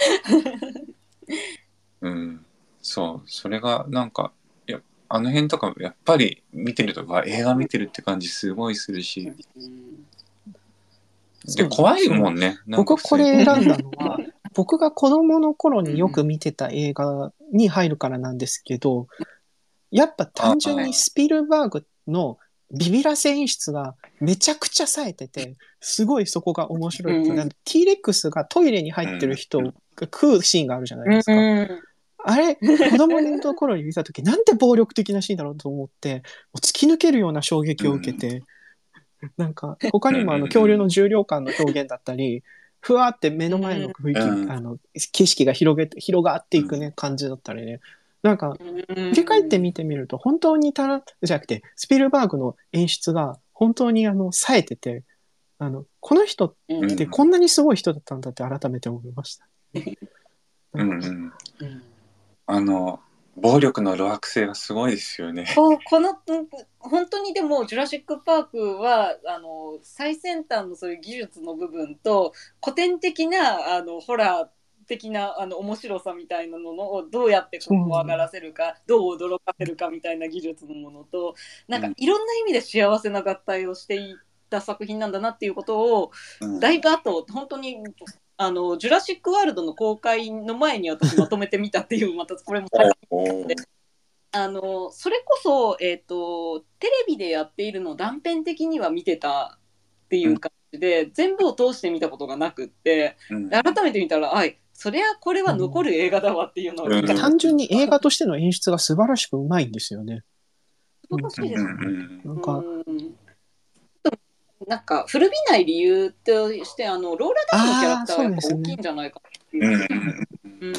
うん、そう、それがなんか、いやあの辺とかやっぱり見てると、わ、映画見てるって感じすごいするし、で怖いもんね。 なんか僕これ選んだのは僕が子供の頃によく見てた映画に入るからなんですけど、 やっぱ単純にスピルバーグのビビらせ演出がめちゃくちゃ冴えてて、すごいそこが面白い。うん、T レックスがトイレに入ってる人が食うシーンがあるじゃないですか。うん、あれ、子供のところに見たとき、なんて暴力的なシーンだろうと思って、もう突き抜けるような衝撃を受けて、うん、なんか他にもあの恐竜の重量感の表現だったり、ふわって目の前の雰囲気、うん、あの景色が広げて広がっていくね感じだったりね。なんか振り返って見てみると本当にタラじゃなくてスピルバーグの演出が本当にあの冴えてて、あのこの人ってこんなにすごい人だったんだって改めて思いました。 うんうん、あの暴力の露悪性がすごいですよね。 ここの本当にでもジュラシック・パークはあの最先端のそういう技術の部分と古典的なあのホラー的なあの面白さみたいなのをどうやってこう上がらせるか、どう驚かせるかみたいな技術のものと、なんかいろんな意味で幸せな合体をしていった作品なんだなっていうことを、うん、だいぶ後本当にあのジュラシック・ワールドの公開の前に私まとめてみたっていうまたこれも最近であのそれこそ、えーと、テレビでやっているのを断片的には見てたっていう感じで、うん、全部を通して見たことがなくって、うん、改めて見たらあそりゃこれは残る映画だわっていうのを、 うん、単純に映画としての演出が素晴らしくうまいんですよね。 素晴らしいですね。なんか、うんなんか古びない理由としてあのローラ・ダウンのキャラクターがやっぱ大きいんじゃないかっていう。うん、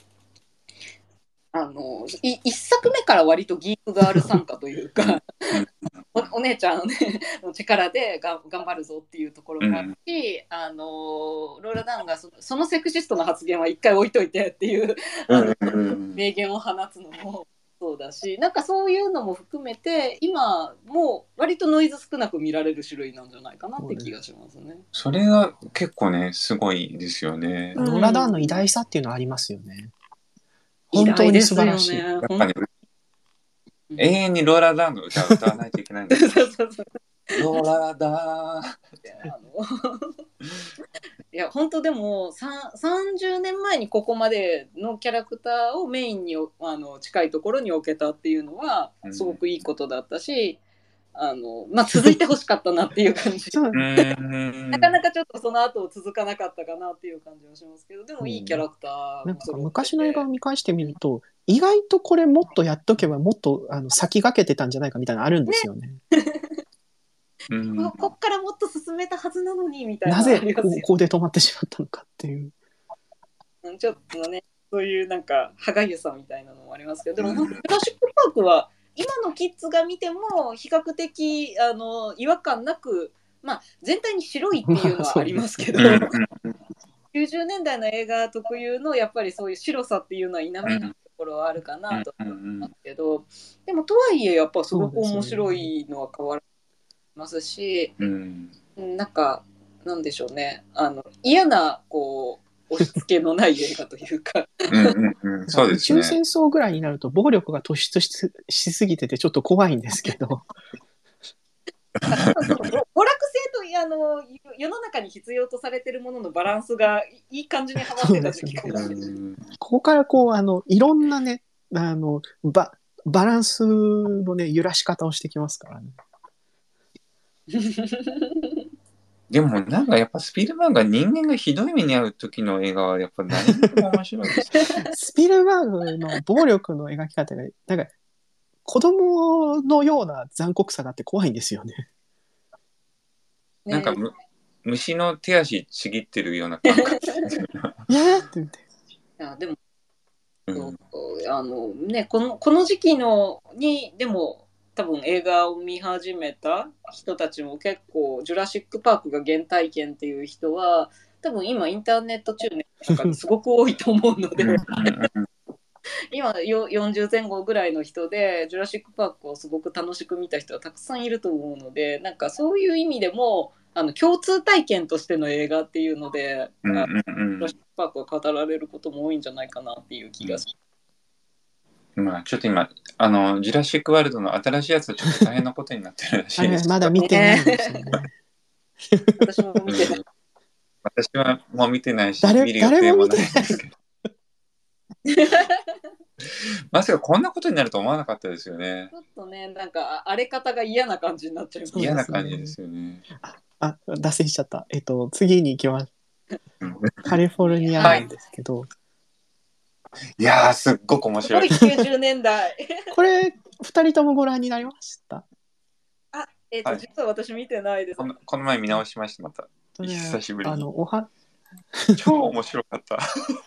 あのい一作目から割とギークガール参加というかお, お姉ちゃんの、ね、の力でが頑張るぞっていうところがあるし、うん、あのローラ・ダウンが そ, そのセクシストの発言は一回置いといてっていうあの、うん、名言を放つのもそうだし、なんかそういうのも含めて今もう割とノイズ少なく見られる種類なんじゃないかなって気がしますね。 それが結構ねすごいですよね。 ローラ・ダウンの偉大さっていうのはありますよね。本当に素晴らしい。 ね、 やっぱり、うん、永遠にローラ・ダウンの歌を歌わないといけないんですそうそうそうローラ・ダウンいや本当でもさんじゅうねんまえにここまでのキャラクターをメインにあの近いところに置けたっていうのはすごくいいことだったし、うん、あのまあ、続いてほしかったなっていう感じなかなかちょっとその後続かなかったかなっていう感じはしますけど、でもいいキャラクター、 うん、なんか昔の映画を見返してみると意外とこれもっとやっとけばもっとあの先駆けてたんじゃないかみたいなのあるんですよね。ねうん、こっからもっと進めたはずなのにみたいな、 なぜここで止まってしまったのかっていうちょっとねそういうなんか歯がゆさみたいなのもありますけど、でもジュラシック・パークは今のキッズが見ても比較的あの違和感なく、まあ、全体に白いっていうのはありますけど、まあ、きゅうじゅうねんだいの映画特有のやっぱりそういう白さっていうのは否めないところはあるかなと思いますけど、でもとはいえやっぱすごく面白いのは変わらますし、うん、なんかなんでしょうね、あの嫌なこう押し付けのない映画というかうんうん、うん、そうですね。 宇宙戦争ぐらいになると暴力が突出 し, しすぎててちょっと怖いんですけど娯楽性とあの世の中に必要とされているもののバランスがいい感じにはまってた時期かもしれない、ね、 ここからこうあのいろんなねあの バ, バランスのね揺らし方をしてきますからねでもなんかやっぱスピルバーグが人間がひどい目に遭う時の映画はやっぱ何も面白いですスピルバーグの暴力の描き方がなんか子供のような残酷さがあって怖いんですよね。 なんかむ虫の手足ちぎってるような感覚いやーって言って。 いやでも、うん、あのねこのこの時期のにでも多分映画を見始めた人たちも結構ジュラシック・パークが原体験っていう人は多分今インターネット中年とかすごく多いと思うので今よよんじゅうぜん後ぐらいの人でジュラシック・パークをすごく楽しく見た人はたくさんいると思うので、なんかそういう意味でもあの共通体験としての映画っていうので、うんうんうん、ジュラシック・パークが語られることも多いんじゃないかなっていう気がします。 まあ、ちょっと今あのジュラシックワールドの新しいやつはちょっと大変なことになってるらしいです。 まだ見てないんですよね。 私も見てない。 私はもう見てないし、見る予定もないですけど。 まさかこんなことになると思わなかったですよね。 ちょっとね、なんか荒れ方が嫌な感じになっちゃいます。 嫌な感じですよね。 あ、あ脱線しちゃった。えっと、次に行きます。カリフォルニアなんですけど。はい、 いやー、すっごく面白い。 すごいきゅうじゅうねんだい。 これ、二人ともご覧になりました？ あ、えっと、はい、実は私見てないです。 この、この前見直しました、また。ね、久しぶりに。 あの、おは超面白かった。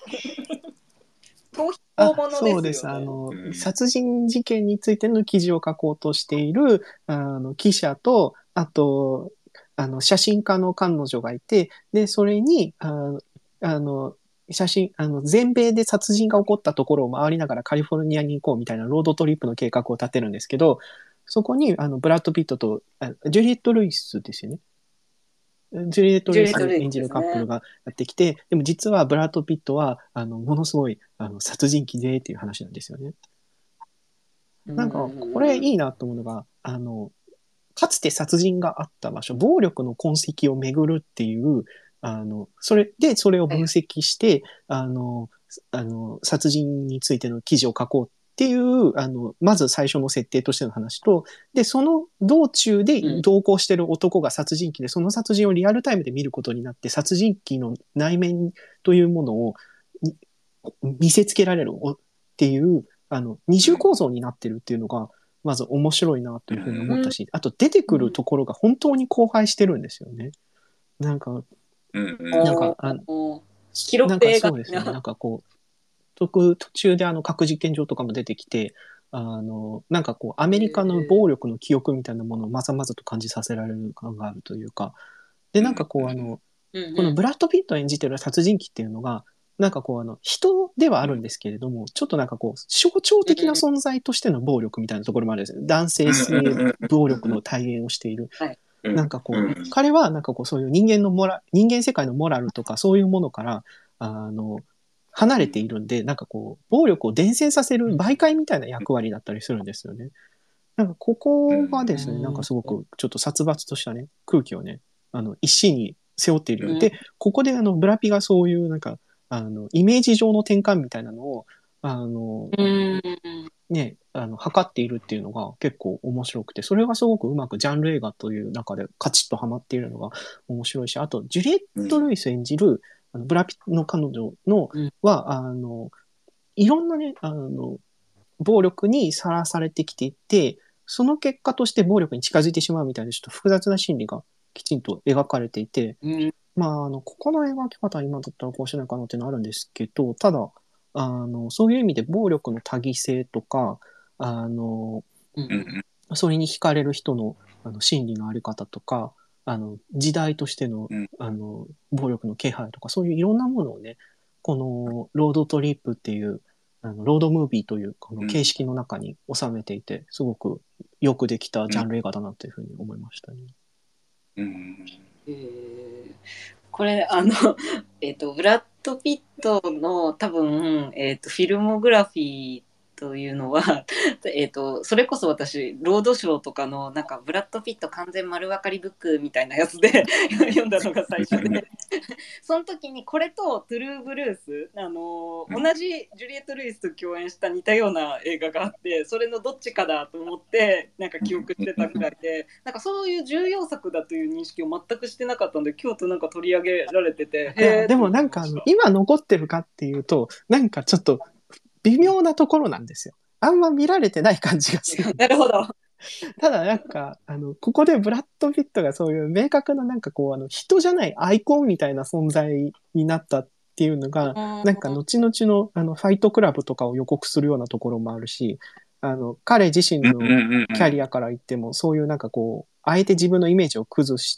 あ、そうです。あの、うん、殺人事件についての記事を書こうとしている、あの、記者と、あと、あの、写真家の彼女がいて、で、それに、ああの、写真、あの、全米で殺人が起こったところを回りながらカリフォルニアに行こうみたいなロードトリップの計画を立てるんですけど、そこに、あの、ブラッド・ピットと、あジュリエット・ルイスですよね。ジュリエット・ルイス演じるカップルがやってきて、でも実はブラッド・ピットは、あの、ものすごい、あの、殺人鬼でっていう話なんですよね。なんか、これいいなと思うのが、あの、かつて殺人があった場所、暴力の痕跡を巡るっていう、あの、それで、それを分析して、あの、あの、殺人についての記事を書こうっていう、あの、まず最初の設定としての話と、で、その道中で同行してる男が殺人鬼で、その殺人をリアルタイムで見ることになって、殺人鬼の内面というものを見せつけられるっていう、あの、二重構造になってるっていうのが、まず面白いなというふうに思ったし、あと出てくるところが本当に荒廃してるんですよね。なんか、なんか、あの、なんかそうですね、なんかこう、途中であの核実験場とかも出てきて、あの、なんかこう、アメリカの暴力の記憶みたいなものをまざまざと感じさせられる感があるというか、で、なんかこう、あの、このブラッド・ピット演じてる殺人鬼っていうのが、なんかこう、あの、人ではあるんですけれども、ちょっとなんかこう、象徴的な存在としての暴力みたいなところもあるんですよ。男性性暴力の体現をしている。なんかこう、彼はなんかこう、そういう人間のモラ、人間世界のモラルとかそういうものから、あの、離れているんで、なんかこう、暴力を伝染させる媒介みたいな役割だったりするんですよね。なんかここがですね、なんかすごくちょっと殺伐としたね、空気をね、あの、一心に背負っている。で、ここであの、ブラピがそういうなんか、あの、イメージ上の転換みたいなのを、あの、ね、あの、測っているっていうのが結構面白くて、それがすごくうまくジャンル映画という中でカチッとハマっているのが面白いし、あと、ジュリエット・ルイス演じる、あのブラピの彼女のは、あの、いろんなね、あの、暴力にさらされてきていて、その結果として暴力に近づいてしまうみたいなちょっと複雑な心理がきちんと描かれていて、うん、まあ、あの、ここの描き方は今だったらこうしないかなっていうのはあるんですけど、ただ、あの、そういう意味で暴力の多義性とか、あの、うん、それに惹かれる人のあの心理のあり方とか、あの、時代としての、うん、あの、暴力の気配とか、そういういろんなものをね、このロードトリップっていう、あのロードムービーというこの形式の中に収めていて、すごくよくできたジャンル映画だなというふうに思いましたね。 うん、 えー、これあの、えーと、ブラッド・ピットの多分、えーと、フィルモグラフィーというのは、えーと、それこそ私ロードショーとかのなんかブラッド・ピット完全丸分かりブックみたいなやつで読んだのが最初でその時にこれとトゥルーブルース、あのー、同じジュリエット・ルイスと共演した似たような映画があって、それのどっちかだと思ってなんか記憶してたぐらいで、なんかそういう重要作だという認識を全くしてなかったんで、今日となんか取り上げられてて、 へーでもなんか今残ってるかっていうと、なんかちょっと微妙なところなんですよ。あんま見られてない感じがする。 なるほど。 ただなんか、あの、ここでブラッド・ピットがそういう明確ななんかこう、あの、人じゃないアイコンみたいな存在になったっていうのが、なんか後々のあの、ファイトクラブとかを予告するようなところもあるし、あの、彼自身のキャリアから言っても、そういうなんかこう、あえて自分のイメージを崩して、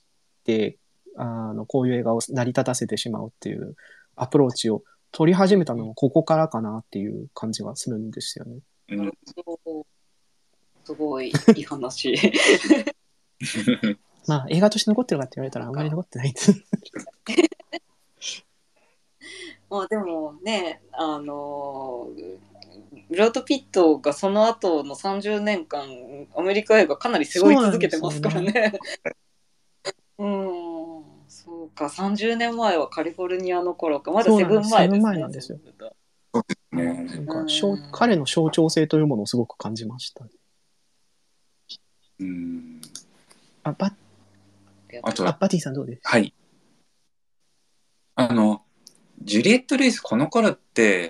あの、こういう映画を成り立たせてしまうっていうアプローチを取り始めたのもここからかなっていう感じはするんですよね。 うん、すごいいい話。 まあ映画として残ってるかって言われたらあんまり残ってないです。 まあでもね、あのブラッド・ピットがその後のさんじゅうねんかんアメリカ映画かなり背負い続けてますからね。う, うん、そうか、さんじゅうねんまえはカリフォルニアの頃か、まだセブン前ですね。 セブン前なんですよ。 そうですね。 ね。 なんか象彼の象徴性というものをすごく感じました。 うん。 あ、バあとあバティさんどうですか？ はい。あの、ジュリエット・ルイス、この頃って、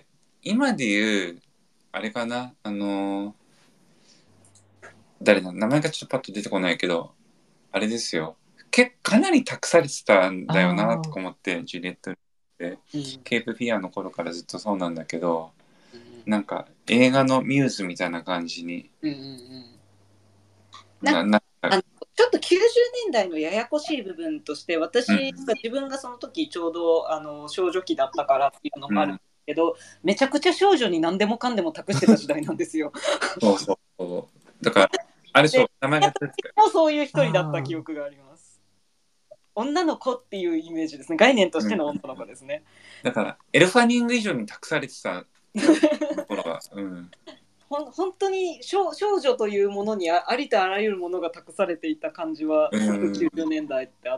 今で言う、あれかな、あの、誰だ、名前がちょっとパッと出てこないけど、あれですよ。けかなり託されてたんだよなと思って、ジュリエット・ルイスって、うん、ケープ・フィアの頃からずっとそうなんだけど、うん、なんか映画のミューズみたいな感じに。うんうんうん、 ななあのちょっときゅうじゅうねんだいのややこしい部分として私が、うん、自分がその時ちょうどあの少女期だったからっていうのもあるけど、うん、めちゃくちゃ少女に何でもかんでも託してた時代なんですよ。 そうそうそうだからあれそう名前がもそういう一人だった記憶があります。女の子っていうイメージですね。概念としての女の子ですね。 うん、だからエルファニング以上に託されてたところが、うん、 ほ本当に 少, 少女というものに あ, ありとあらゆるものが託されていた感じは、うん、きゅうじゅうねんだいってあって、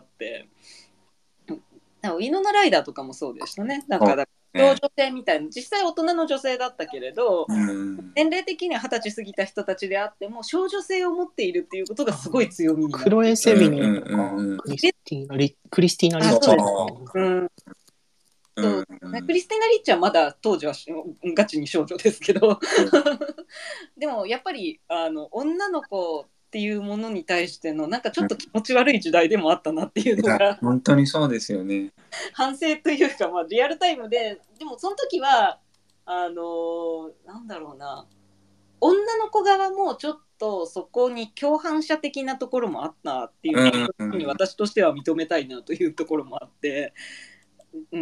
ウィノナライダーとかもそうでしたね。なんかだから少女性みたいな、実際大人の女性だったけれど、うん、年齢的には二十歳過ぎた人たちであっても少女性を持っているっていうことがすごい強みになって、 クロエ・セビニーとか、うんうんうん、クリスティーナ・リッチとか、 うんそうクリスティーナ・リッチはまだ当時はガチに少女ですけどでもやっぱりあの女の子っていうものに対してのなんかちょっと気持ち悪い時代でもあったなっていうのが、 うん、本当にそうですよね。 反省というか、まあ、リアルタイムででもその時はあのなんだろうな女の子側もちょっとそこに共犯者的なところもあったっていうのを、うんうん、私としては認めたいなというところもあって。うん、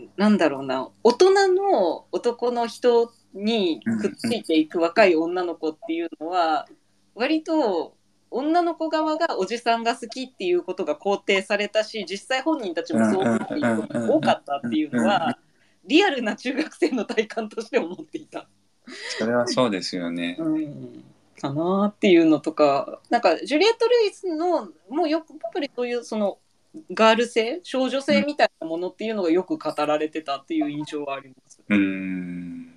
なんだろうな大人の男の人にくっついていく若い女の子っていうのは割と女の子側がおじさんが好きっていうことが肯定されたし実際本人たちもそう思っていることが多かったっていうのはリアルな中学生の体感として思っていた。 それはそうですよね、 うん、かなっていうのとかなんかジュリエット・ルイスのもうよくやっぱりそういうそのガール性少女性みたいなものっていうのがよく語られてたっていう印象はあります。 うーん、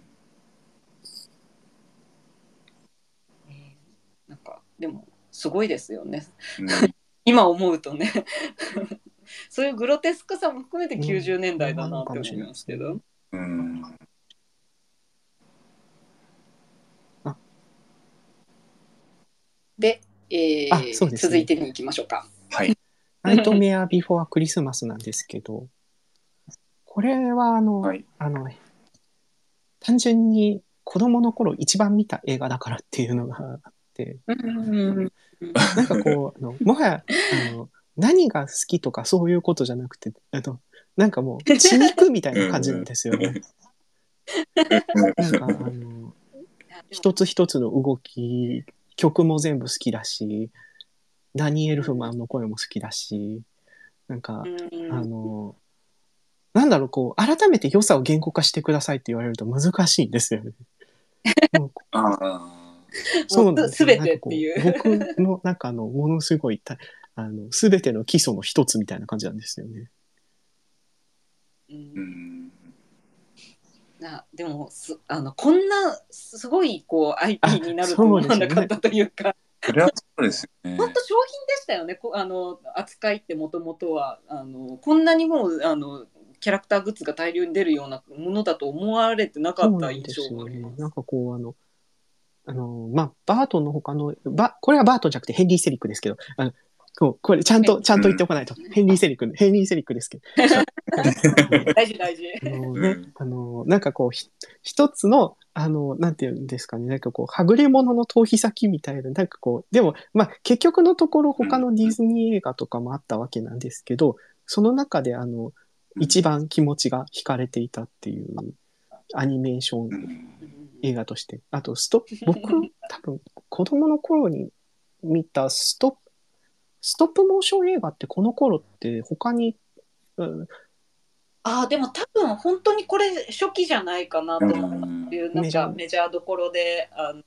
えー、なんかでもすごいですよね、うん、今思うとねそういうグロテスクさも含めてきゅうじゅうねんだいだなって思いますけど、うん、あで、えーそうですね、続いてに行きましょうか。 はい。 ナイトメアビフォークリスマスなんですけど、これはあの、はい、あの単純に子供の頃一番見た映画だからっていうのがあって、なんかこうあのもはやあの何が好きとかそういうことじゃなくて、あのなんかもう血肉みたいな感じなんですよね。なんかあの一つ一つの動き、曲も全部好きだし、ダニエル・フマンの声も好きだし、なんか、あの、なんだろう、こう、改めて良さを言語化してくださいって言われると難しいんですよね。 ああ。そうなんですよ。全てっていう。 僕の中のものすごい、あの、すべての基礎の一つみたいな感じなんですよね。 うん。なでもすあのこんなすごいこう アイピー になると思わなかったというか。 それはそうですね。 本当商品でしたよね。こあの扱いってもともとはあのこんなにもうあのキャラクターグッズが大量に出るようなものだと思われてなかった印象があります。 なんかこうあのあのまあバートンの他のバこれはバートンじゃなくてヘンリー・セリックですけど、あのここれちゃんとちゃんと言っておかないと、うん、ヘンリー・セリックヘンリー・セリックですけど大事大事。 あのね、あのなんかこう一つのあのなんていうんですかね、なんかこうはぐれ者の逃避先みたいな、なんかこうでもまあ結局のところ他のディズニー映画とかもあったわけなんですけど、その中であの一番気持ちが惹かれていたっていうアニメーション映画として、あとスト僕多分子供の頃に見たストストップモーション映画ってこの頃って他に、うん、 あでも多分本当にこれ初期じゃないかなと思うっていう、なんかメジャーどころであの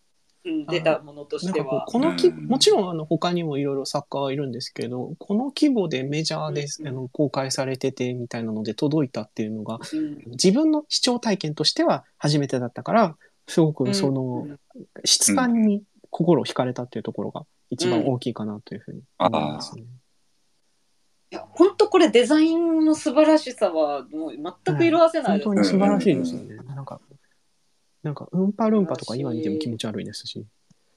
うん、出たものとしては。 この規もちろんあの他にもいろいろ作家はいるんですけど、この規模でメジャーで、うん、あの公開されててみたいなので届いたっていうのが、うん、自分の視聴体験としては初めてだったから、すごくその質感に心を惹かれたっていうところが一番大きいかなというふうに思いますね。うん、いや本当これデザインの素晴らしさはもう全く色あせないです、 ね、本当に素晴らしいですよね。うん、なんかなんかうんぱるんぱとか今見ても気持ち悪いですし。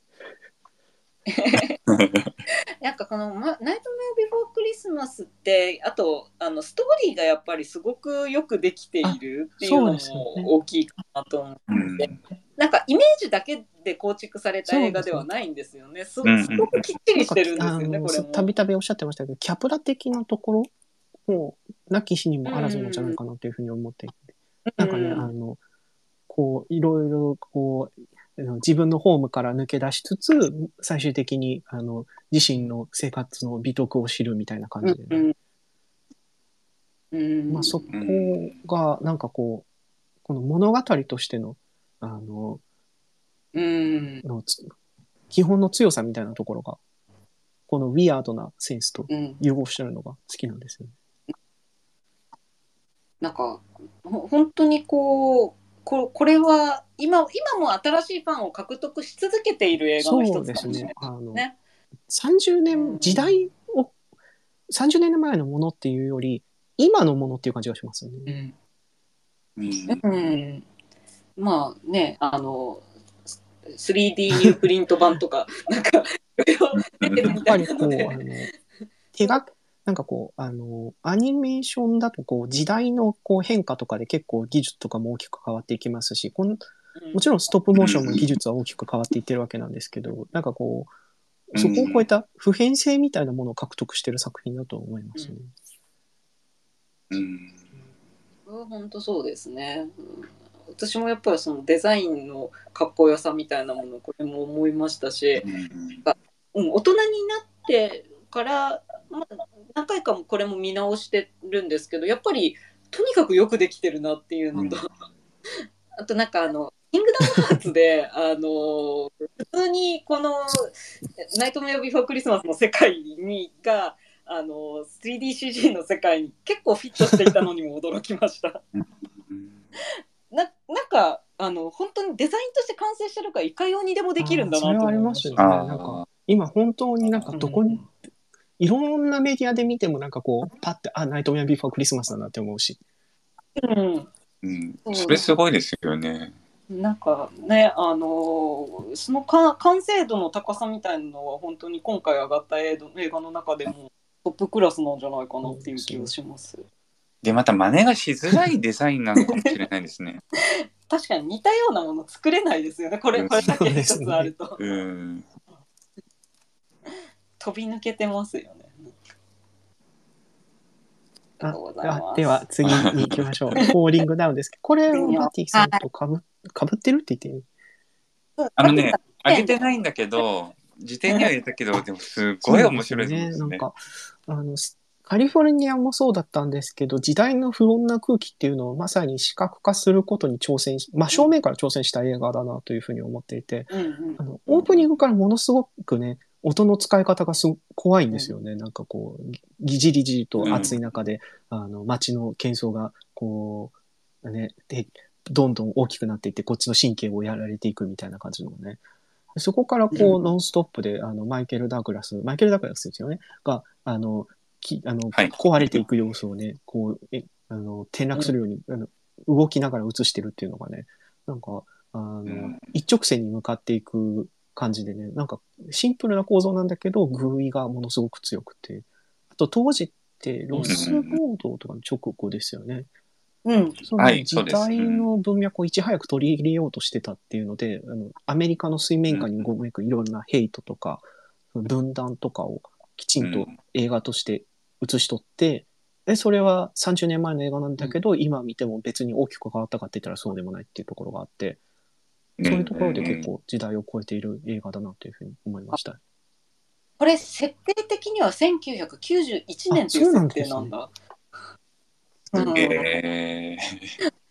なんかこの、ま、ナイトメアビフォークリスマスってあとあのストーリーがやっぱりすごくよくできているっていうのも大きいかなと思って、ね、なんかイメージだけで構築された映画ではないんですよね。すごくきっちりしてるんですよね、これも。 たびたびおっしゃってましたけど、キャプラ的なところもなき日にもあらずなんじゃないかなというふうに思っていて、うん、なんかね、あのこういろいろこう自分のホームから抜け出しつつ最終的にあの自身の生活の美徳を知るみたいな感じで、ね、うんうんまあ、そこがなんかこうこの物語としてのあの、うん、の基本の強さみたいなところがこのウィアードなセンスと融合してるのが好きなんですよね。 うん、なんか本当にこうこ, これは 今, 今も新しいファンを獲得し続けている映画の一つかもしれないですね。 そうですね。あのさんじゅうねん時代をさんじゅうねんまえのものっていうより今のものっていう感じがしますよね。 うんうん、まあねあの スリーディー ニュープリント版とかなんか出てるみたいなのでやっぱりこうあの手がなんかこうあのアニメーションだとこう時代のこう変化とかで結構技術とかも大きく変わっていきますし、このもちろんストップモーションの技術は大きく変わっていってるわけなんですけど、なんかこうそこを超えた普遍性みたいなものを獲得している作品だと思いますね。 うん、うん、本当そうですね。うん、私もやっぱりそのデザインのかっこよさみたいなものをこれも思いましたし、うん、大人になってから、まあ、何回かもこれも見直してるんですけど、やっぱりとにかくよくできてるなっていうのと、うん、あとなんかあのキングダムハーツであの普通にこのナイトメアビフォークリスマスの世界にがあの スリーディーシージー の世界に結構フィットしていたのにも驚きましたな, なんかあの本当にデザインとして完成してるからいかようにでもできるんだなと思いました。 それはありますよね。なんか今本当になんかどこに、うん、いろんなメディアで見てもなんかこうパッてあナイトメアビフォークリスマスだなって思うし、 うんうん、それすごいですよね。 なんかねあのそのか完成度の高さみたいなのは本当に今回上がった映画の中でもトップクラスなんじゃないかなっていう気がします。 でまた真似がしづらいデザインなのかもしれないですね。 確かに似たようなもの作れないですよね。これこれだけ一つあると、 うん、 飛び抜けてますよね。 ああでは次に行きましょう。フォーリングダウンですけど、これをバティさんとかぶ、かぶってるって言っていい？ あのね、あげてないんだけど、辞典には入れたけど、でもすごい面白いですね。 なんかあのカリフォルニアもそうだったんですけど、時代の不穏な空気っていうのをまさに視覚化することに挑戦し、真正面から挑戦した映画だなというふうに思っていて、うんうん、あのオープニングからものすごくね、音の使い方がすご怖いんですよね。うん、なんかこう、ギジリジと暑い中で、うん、あの街の喧騒がこう、ね、で、どんどん大きくなっていって、こっちの神経をやられていくみたいな感じのね。そこからこう、うん、ノンストップで、あの、マイケル・ダグラス、マイケル・ダグラスですよね。が、あの、きあの、はい、壊れていく様子をね、こう、えあの転落するように、うん、あの動きながら映してるっていうのがね、なんか、あの、うん、一直線に向かっていく感じでね、なんかシンプルな構造なんだけど、寓意がものすごく強くて、あと当時ってロス暴動とかの直後ですよね。うん、その時代の文脈をいち早く取り入れようとしてたっていうので、あのアメリカの水面下にうごめくいろんなヘイトとか、分断とかをきちんと映画として映し取って、でそれはさんじゅうねんまえの映画なんだけど、うん、今見ても別に大きく変わったかって言ったらそうでもないっていうところがあって、そういうところで結構時代を超えている映画だなというふうに思いました。 これ設定的にはせんきゅうひゃくきゅうじゅういちねんという設定なんだ。 すげえ。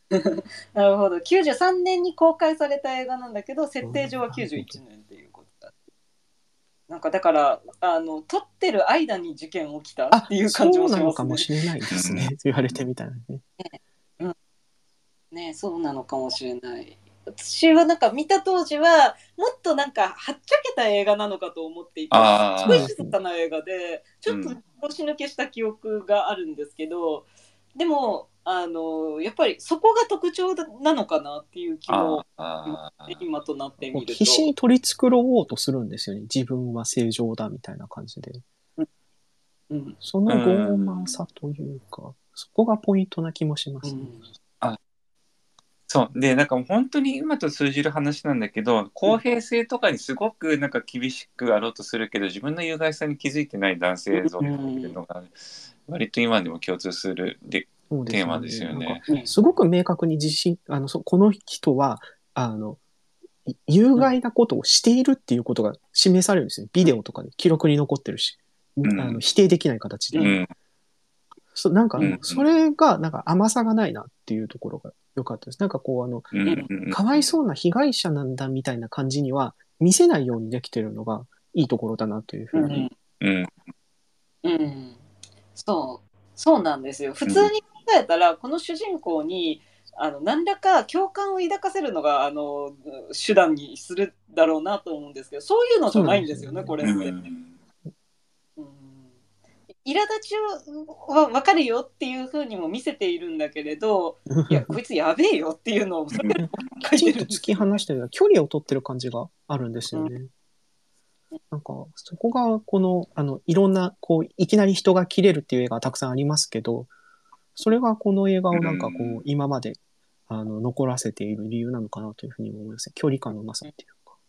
なるほど。きゅうじゅうさんねんに公開された映画なんだけど、設定上はきゅうじゅういちねんっていうことだ。なんかだからあの撮ってる間に事件起きたっていう感じもしますね。 そうなのかもしれないですね。言われてみたらね。 ね、うん、ね、そうなのかもしれない。私はなんか見た当時はもっとなんかはっちゃけた映画なのかと思っていて、すごい静かな映画でちょっと腰抜けした記憶があるんですけど、うん、でもあのやっぱりそこが特徴なのかなっていう気も今となってみると必死に取り繕おうとするんですよね。自分は正常だみたいな感じで、 うんうん、 その傲慢さというか、うん、そこがポイントな気もしますね。うん、 あ、そうで、なんか本当に今と通じる話なんだけど、公平性とかにすごくなんか厳しくあろうとするけど、自分の有害さに気づいてない男性像っていうのが割と今でも共通するでテーマですよね。 なんかすごく明確に自信、あのこの人はあの有害なことをしているっていうことが示されるんですね。ビデオとかで記録に残ってるし、うん、あの否定できない形で。うん、そなんか、うん、それがなんか甘さがないなっていうところが良かったです。なんかこうあの、うん、かわいそうな被害者なんだみたいな感じには見せないようにできてるのがいいところだなというふうに。 うんうんうん、そうそうなんですよ。普通に考えたら、この主人公にあの何らか共感を抱かせるのがあの手段にするだろうなと思うんですけど、そういうのじゃないんですよね、これって。うんうん、苛立ちは分かるよっていう風にも見せているんだけれど、いやこいつやべえよっていうのをそれきちんと突き放してる距離を取ってる感じがあるんですよね。うん、なんかそこがこのあのいろんなこういきなり人が切れるっていう映画がたくさんありますけど、それがこの映画をなんかこう、うん、今まであの残らせている理由なのかなというふうに思います。距離感のなさっていうか。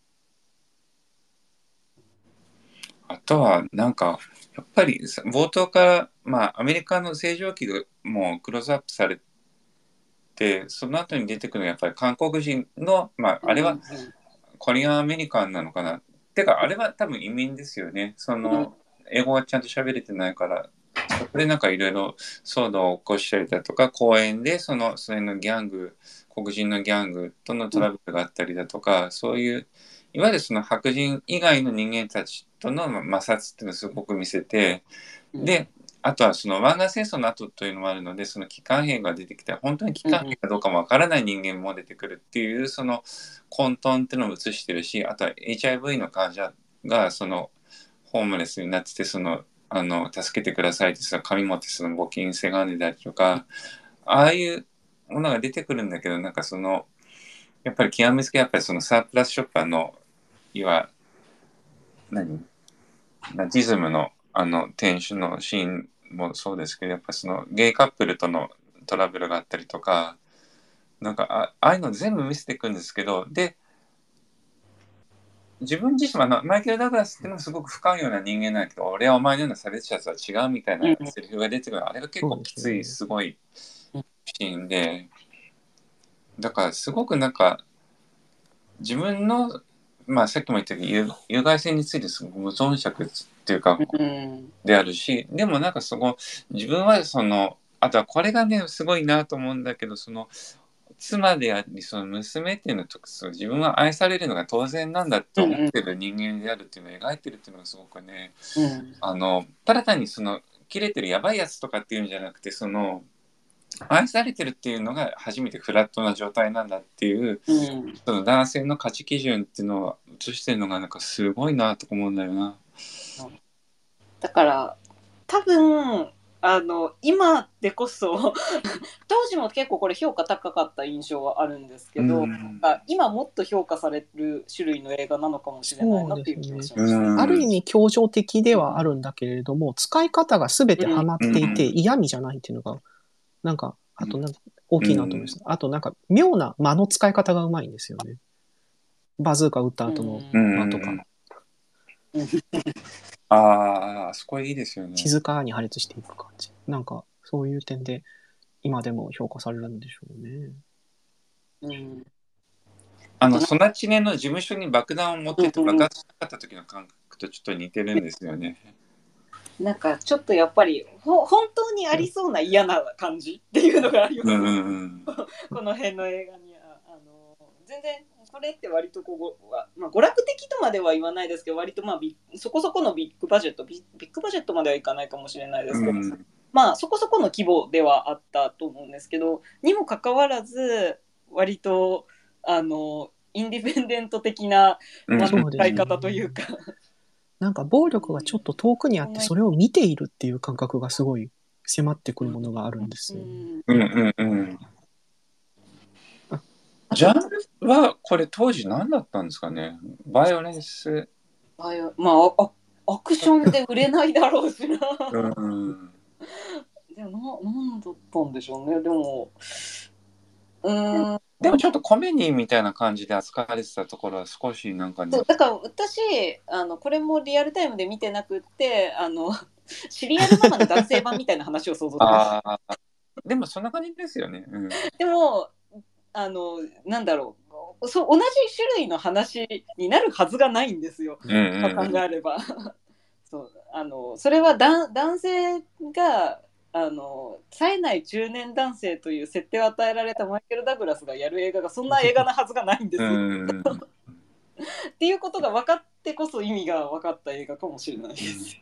あとはなんかやっぱり冒頭からまあアメリカの星条旗がもうクローズアップされて、その後に出てくるのはやっぱり韓国人のまああれはコリアンアメリカンなのかな。てかあれは多分移民ですよね。その英語はちゃんと喋れてないから。そこでなんかいろいろ騒動を起こしたりだとか、公園でそのそれのギャング、黒人のギャングとのトラブルがあったりだとか、そういういわゆるその白人以外の人間たちとの摩擦っていうのをすごく見せて、であとはその湾岸戦争の後というのもあるので、その帰還兵が出てきて本当に帰還兵かどうかもわからない人間も出てくるっていうその混沌っていうのも映してるし、あとは エイチアイブイ の患者がそのホームレスになってて、そのあの助けてくださいってその紙持ってその募金せがんでたりとか、ああいうものが出てくるんだけど、なんかそのやっぱり極めつけやっぱりそのサープラスショッパーのいわ何ナチズムのあの店主のシーンもそうですけど、やっぱそのゲイカップルとのトラブルがあったりとか、なんか あ, ああいうの全部見せていくんですけど、で自分自身はマイケル・ダグラスっていうのはすごく不寛容な人間なんだけど、俺はお前のような差別者とは違うみたいなセリフが出てくる、あれが結構きつい、すごいシーンで、だからすごくなんか自分の、まあさっきも言ったけど有、有害性についてすごく無頓着っていうか、であるし、でもなんかその自分はその、あとはこれがねすごいなと思うんだけど、その妻でありその娘っていうのと自分は愛されるのが当然なんだと思ってる人間であるっていうのを描いてるっていうのがすごくね、うん、あのただ単にその切れてるやばいやつとかっていうんじゃなくて、その愛されてるっていうのが初めてフラットな状態なんだっていう、うん、その男性の価値基準っていうのを映してるのがなんかすごいなと思うんだよな。 だから多分あの今でこそ当時も結構これ評価高かった印象はあるんですけど、うん、今もっと評価される種類の映画なのかもしれないなっていう気がしました、ね、 ある意味協情的ではあるんだけれども、うん、使い方が全てはまっていて、うん、嫌味じゃないっていうのがなんかあとなんか大きいなと思います、うん、あとなんか妙な間の使い方がうまいんですよね。バズーカ撃った後の間とか、 うんうん、ああ、そこいいですよね。 静かに破裂していく感じ。なんかそういう点で今でも評価されるんでしょうね。 うん、あのソナチネの事務所に爆弾を持ってって爆発しなかった時の感覚とちょっと似てるんですよね。 なんかちょっとやっぱりほ本当にありそうな嫌な感じっていうのがあります、 うんうんうん、 この辺の映画にはあの全然これって割とこう、まあ、娯楽的とまでは言わないですけど割とまあビそこそこのビッグバジェットビッグバジェットまではいかないかもしれないですけど、うん、まあそこそこの規模ではあったと思うんですけどにもかかわらず割とあのインディペンデント的な使い方というか、うん、 なんか暴力がちょっと遠くにあってそれを見ているっていう感覚がすごい迫ってくるものがあるんですよ、ね、 うんうんうん。ジャンルはこれ当時何だったんですかね。バイオレンス。 バイオまああアクションで売れないだろうしな。うん。でもななんだったんでしょうね。でもうんでもちょっとコメディみたいな感じで扱われてたところは少しなんかね。 そうだから私あのこれもリアルタイムで見てなくってあのシリアルママの男性版みたいな話を想像してあでもそんな感じですよね。うん、 でもあのなんだろうそう同じ種類の話になるはずがないんですよ、うんうんうん、考えればそうあのそれはだ男性があの冴えない中年男性という設定を与えられたマイケル・ダグラスがやる映画がそんな映画なはずがないんですよっていうことが分かってこそ意味が分かった映画かもしれないです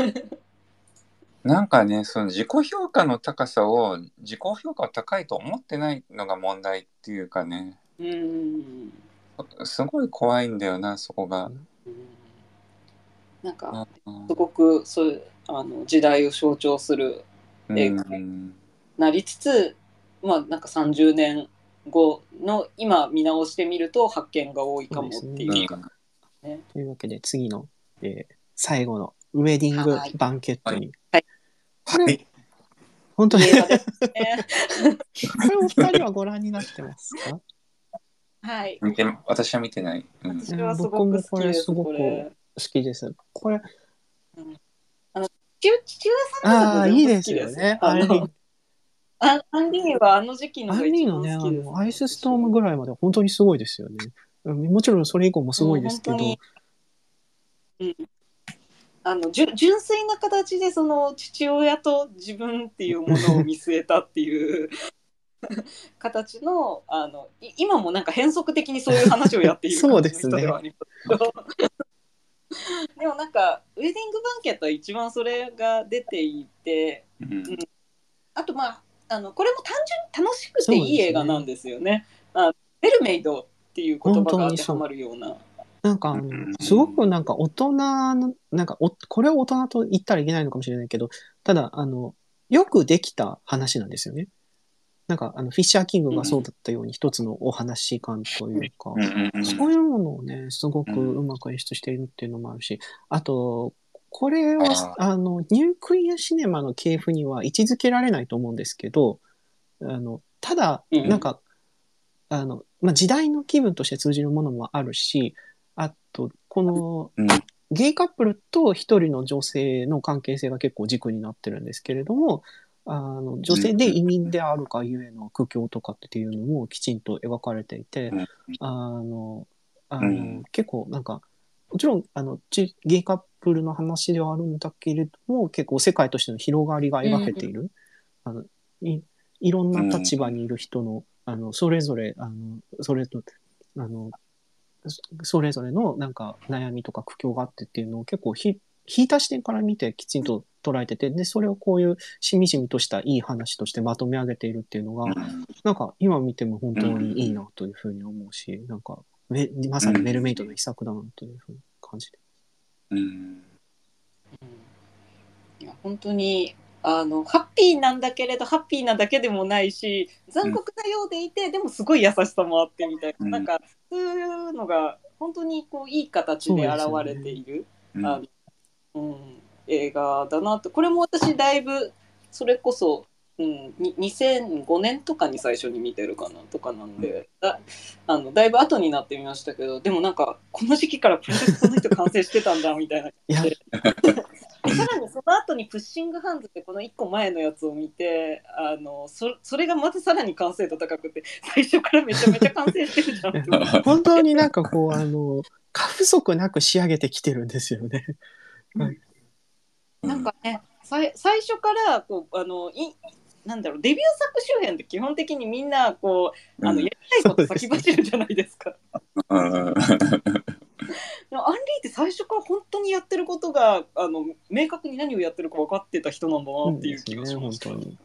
なんかねその自己評価の高さを自己評価を高いと思ってないのが問題っていうかねうんすごい怖いんだよなそこが、うん、 なんかすごくそういうあの時代を象徴する映画になりつつ、うん、まあなんかさんじゅうねんごの今見直してみると発見が多いかもっていうか、 ね、というわけで次の、えー、最後のウェディングバンケットに、 はい、 これ、はい、本当に、ね、これお二人はご覧になってますか？ はい、 見て私は見てない、 うん、私はすごく好きです。 僕もこれすごく好きです。これ、 うん、あの父親さんの全部好きです。 ああいいですよね。 アンリーはあの時期のが一番好きです、ね。 アンリーのね、あのアイスストームぐらいまで本当にすごいですよね。もちろんそれ以降もすごいですけど。 うん、あの純粋な形でその父親と自分っていうものを見据えたっていう形のあの今もなんか変則的にそういう話をやっている感じの人ではありますけどでもなんかウェディングバンケットは一番それが出ていて、うんうん、あとまああのこれも単純に楽しくていい映画なんですよね。あベルメイドっていう言葉が当てはまるような。 なんかあのすごくなんか大人のなんかおこれを大人と言ったらいけないのかもしれないけど、ただあのよくできた話なんですよね。なんかあのフィッシャーキングがそうだったように一つのお話感というか、うん、そういうものをねすごくうまく演出しているっていうのもあるし、あとこれはあのニュークイアシネマの系譜には位置づけられないと思うんですけど、あのただなんか、うん、あのまあ、時代の気分として通じるものもあるし、あとこの、うん、ゲイカップルと一人の女性の関係性が結構軸になってるんですけれども、あの女性で移民であるがゆえの苦境とかっていうのもきちんと描かれていて、うん、あのあの、うん、結構なんかもちろんあのゲイカップルの話ではあるんだけれども結構世界としての広がりが描けている、うん、あの い, いろんな立場にいる人の、あのそれぞれあのそれとあのそれぞれのなんか悩みとか苦境があってっていうのを結構ひ引いた視点から見てきちんと捉えてて、でそれをこういうしみじみとしたいい話としてまとめ上げているっていうのが、なんか今見ても本当にいいなというふうに思うし、なんかまさにウェルメイトの遺作だなというふうに感じてます。うん、 いや本当にあのハッピーなんだけれどハッピーなだけでもないし残酷なようでいて、うん、でもすごい優しさもあってみたいな、うん、なんかそういうのが本当にこういい形で現れている、ね、あのうん、映画だなと。これも私だいぶそれこそ、うん、にせんごねんとかに最初に見てるかなとかなんで、うん、だ, あのだいぶ後になってみましたけど、でもなんかこの時期からこれだけこの人完成してたんだみたいな感じでさらにその後にプッシングハンズってこのいっこまえのやつを見て、あの そ, それがまたさらに完成度高くて最初からめちゃめちゃ完成してるじゃんって本当になんかこうあの過不足なく仕上げてきてるんですよね。 うんなんかね、さい最初からこうあのいなんだろうデビュー作周辺って基本的にみんなこうあの、 うんやりたいこと先走るじゃないですか。 うんでもアンリーって最初から本当にやってることがあの明確に何をやってるか分かってた人なんだなっていう気がします。 うんですね、本当に。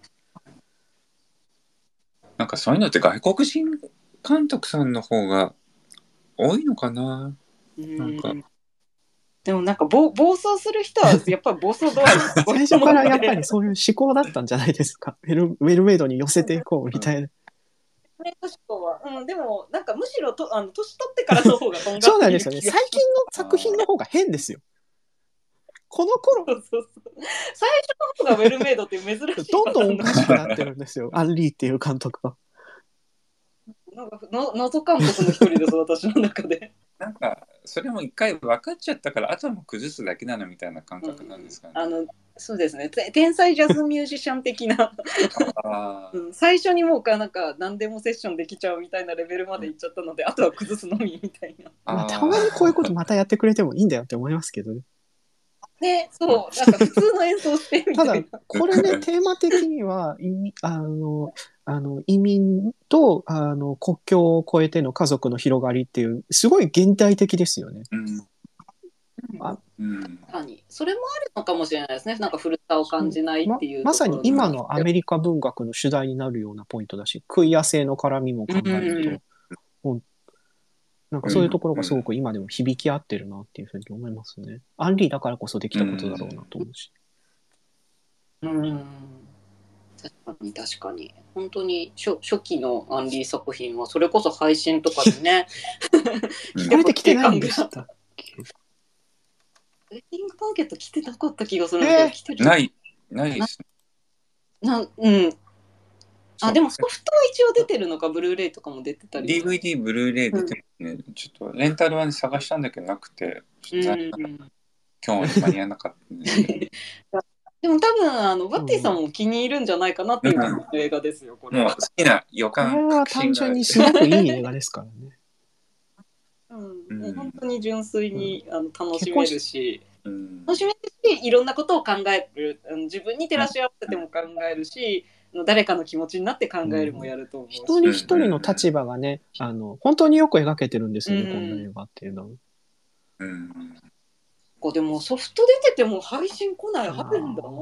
なんかそういうのって外国人監督さんの方が多いのかな。なんかでもなんか暴暴走する人はやっぱり暴走度合い最初からやっぱりそういう思考だったんじゃないですか。ウェル、ウェルメイドに寄せていこうみたいな。 はうん、でもなんかむしろとあの年取ってからの方がとんがっているそうなんですよね。最近の作品の方が変ですよ。この頃そうそうそう最初の方がウェルメイドっていう珍しいどんどんおかしくなってるんですよ。アンリーっていう監督が。 なんかの謎監督の一人です私の中で。 なんかそれも一回分かっちゃったからあとはもう崩すだけなのみたいな感覚なんですかね。 うん、あのそうですね天才ジャズミュージシャン的なあ、 うん、最初にもうかなんか何でもセッションできちゃうみたいなレベルまでいっちゃったので、うん、あとは崩すのみみたいな。 まあ、たまにこういうことまたやってくれてもいいんだよって思いますけどね。 ね、そうなんか普通の演奏してみたいな。 ただこれねテーマ的にはあのあの移民とあの国境を越えての家族の広がりっていうすごい現代的ですよね。 うんあうん、 それもあるのかもしれないですね。なんか古さを感じないっていう、 ま、まさに今のアメリカ文学の主題になるようなポイントだし、クイア性の絡みも考えると、うん、なんかそういうところがすごく今でも響き合ってるなっていうふうに思いますね。アンリーだからこそできたことだろうなと思うし。 うん、うん確かに確かに本当に 初, 初期のアンリー作品はそれこそ配信とかでね聞こえてきてないんでしたっけ。 ウェディングパンケット来てなかった気がするんで、来てるないないですね。 なうんあでもソフトは一応出てるのかブルーレイとかも出てたりディーブイディー ブルーレイ出てますね、うん、ちょっとレンタルは、ね、探したんだけどなくて、うん、今日間に合わなかったんですけどでも多分あのバッティさんも気に入るんじゃないかなっていう映画ですよ、これは。 もう好きな予感。 これは単純にすごくいい映画ですからね。 うん、もう本当に純粋に、うん、あの楽しめるし、うん、楽しめるしいろんなことを考える自分に照らし合わせても考えるし、うん、誰かの気持ちになって考えるもやると思うし、 うん、一人一人の立場がねあの本当によく描けてるんですよね、うん、こんな映画っていうのは。 うんでもソフト出てても配信来ないはずんだな。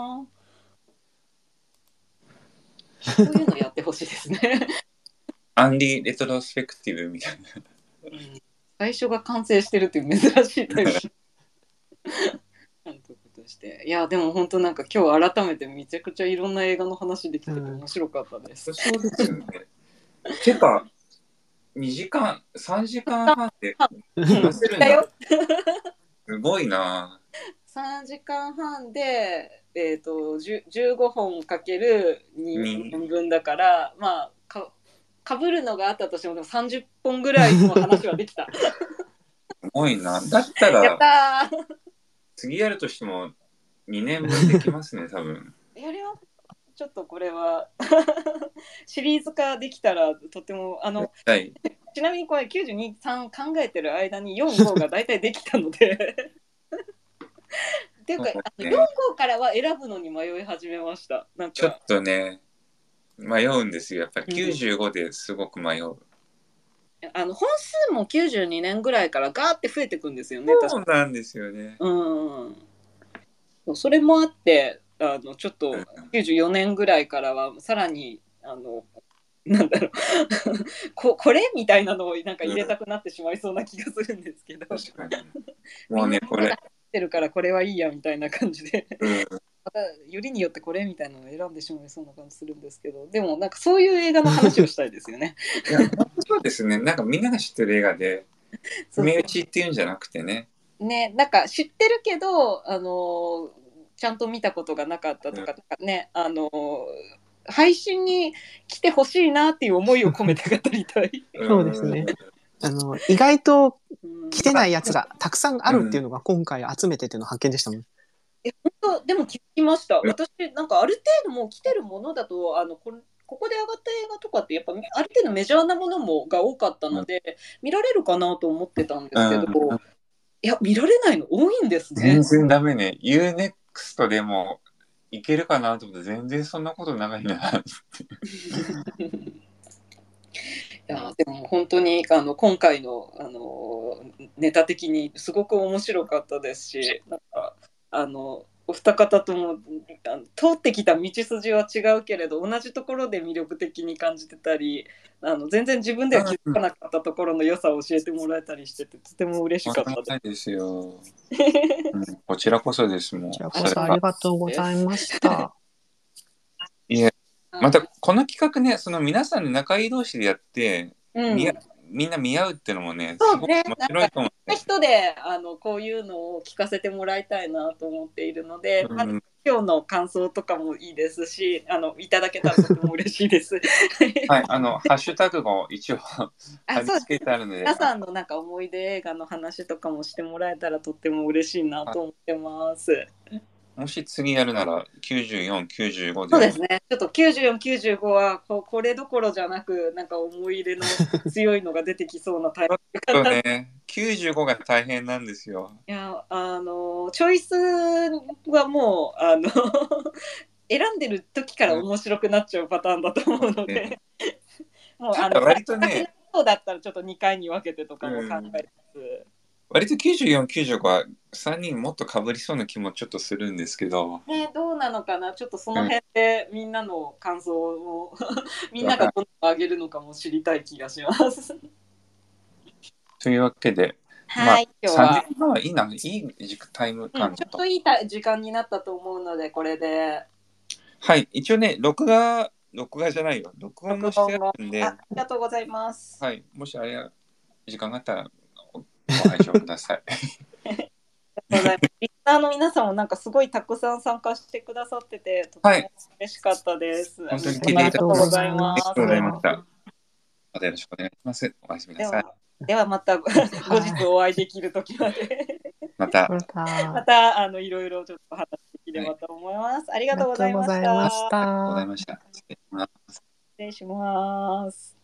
そういうのやってほしいですね。 アンディレトロスペクティブみたいな、 うん、最初が完成してるっていう珍しいタイプ監督として。いやでも本当なんか今日改めてめちゃくちゃいろんな映画の話できてて面白かったです。 うん、そうですよね。てかにじかんさんじかんはんで話せるんだよ。すごいな。 さんじかんはんで、えー、とじゅうごほんかけるにほんぶんだから、まあ、かかぶるのがあったとしてもでもさんじゅっぽんぐらいの話はできた。 すごいな。だったらやった次やるとしてもにねんぶんできますね多分。 やります。ちょっとこれはシリーズ化できたらとてもあの、はい、ちなみにこれきゅうじゅうに、さん考えてる間によん、ごが大体できたのでっていうか、ね、あのよん、ごからは選ぶのに迷い始めました。なんかちょっとね迷うんですよやっぱりきゅうじゅうごですごく迷う、うん、 あの本数もきゅうじゅうにねんぐらいからガーって増えてくんですよね。 そうなんですよね。 うん、それもあってあのちょっときゅうじゅうよねんぐらいからはさらにあのなんだろうこ, これみたいなのをなんか入れたくなってしまいそうな気がするんですけど、確かにもうねこれてるからこれはいいやみたいな感じで、うん、またよりによってこれみたいなのを選んでしまいそうな感じするんですけど、でもなんかそういう映画の話をしたいですよね。 いやそうですね。なんかみんなが知ってる映画で身内っていうんじゃなくてね。 ね、なんか知ってるけどあのちゃんと見たことがなかったとかね、うん、あの配信に来てほしいなっていう思いを込めて語りたい。 そうですね。あの意外と来てないやつがたくさんあるっていうのが今回集めてっていうの発見でしたもん。 え本当でも聞きました。私なんかある程度もう来てるものだとあのこここで上がった映画とかってやっぱある程度メジャーなものもが多かったので、うん、見られるかなと思ってたんですけど、うん、いや見られないの多いんですね。 全然ダメね。ユーネックストでもいけるかなと思って全然そんなことないなっていやでも本当にあの今回のあのネタ的にすごく面白かったですし、なんかあのお二方ともあの通ってきた道筋は違うけれど同じところで魅力的に感じてたり、あの全然自分では気づかなかったところの良さを教えてもらえたりしててとても嬉しかったです。 ないですよ、うん、こちらこそですもん。 こちらこそありがとうございました。 いえ、またこの企画ね、その皆さんで仲いい同士でやって、 うん、 み, みんな見合うっていうのもね、 そうね、 すごく面白いと思う、ね。 人であのこういうのを聞かせてもらいたいなと思っているので、 うん、 まあ、今日の感想とかもいいですし、あのいただけたらとても嬉しいです。 はい、あのハッシュタグも一応貼り付けてあるので、 皆さんのなんか思い出映画の話とかもしてもらえたらとっても嬉しいなと思ってます。 もし次やるならきゅうじゅうよん、きゅうじゅうごで。 そうですね。ちょっときゅうじゅうよん、きゅうじゅうごはここれどころじゃなく、なんか思い入れの強いのが出てきそうなタイプかな。ね、きゅうじゅうごが大変なんですよ。 いや、あのチョイスはもうあの選んでる時から面白くなっちゃうパターンだと思うので、うん、もうあの割とね、 そうだったらちょっとにかいに分けてとかも考えつつ、うん、 割ときゅうじゅうよん、きゅうじゅうごはさんにんもっと被りそうな気もちょっとするんですけど、 ね、どうなのかな、ちょっとその辺でみんなの感想を、うん、みんながどんどん上げるのかも知りたい気がしますというわけで、 はい、 まあ、さんじかんはいいな、いいタイム感、 うん、ちょっといい時間になったと思うので、これで。 はい、一応ね、録画、録画じゃないよ、録音もしてあるんで、 あ, ありがとうございます。 はい、もしあれ時間があったらご拝聴ください。 リスナーの皆さんもなんかすごいたくさん参加してくださってて、とても嬉しかったです。 はい、本当にありがとうございます。 ありがとうございました。またよろしくお願いします。おやすみなさい。 では、ではまた後日お会いできるときまでまたまたまたあのいろいろちょっと話できればと思います。はい、ありがとうございました。 ありがとうございました。 ありがとうございました。失礼します。 失礼します。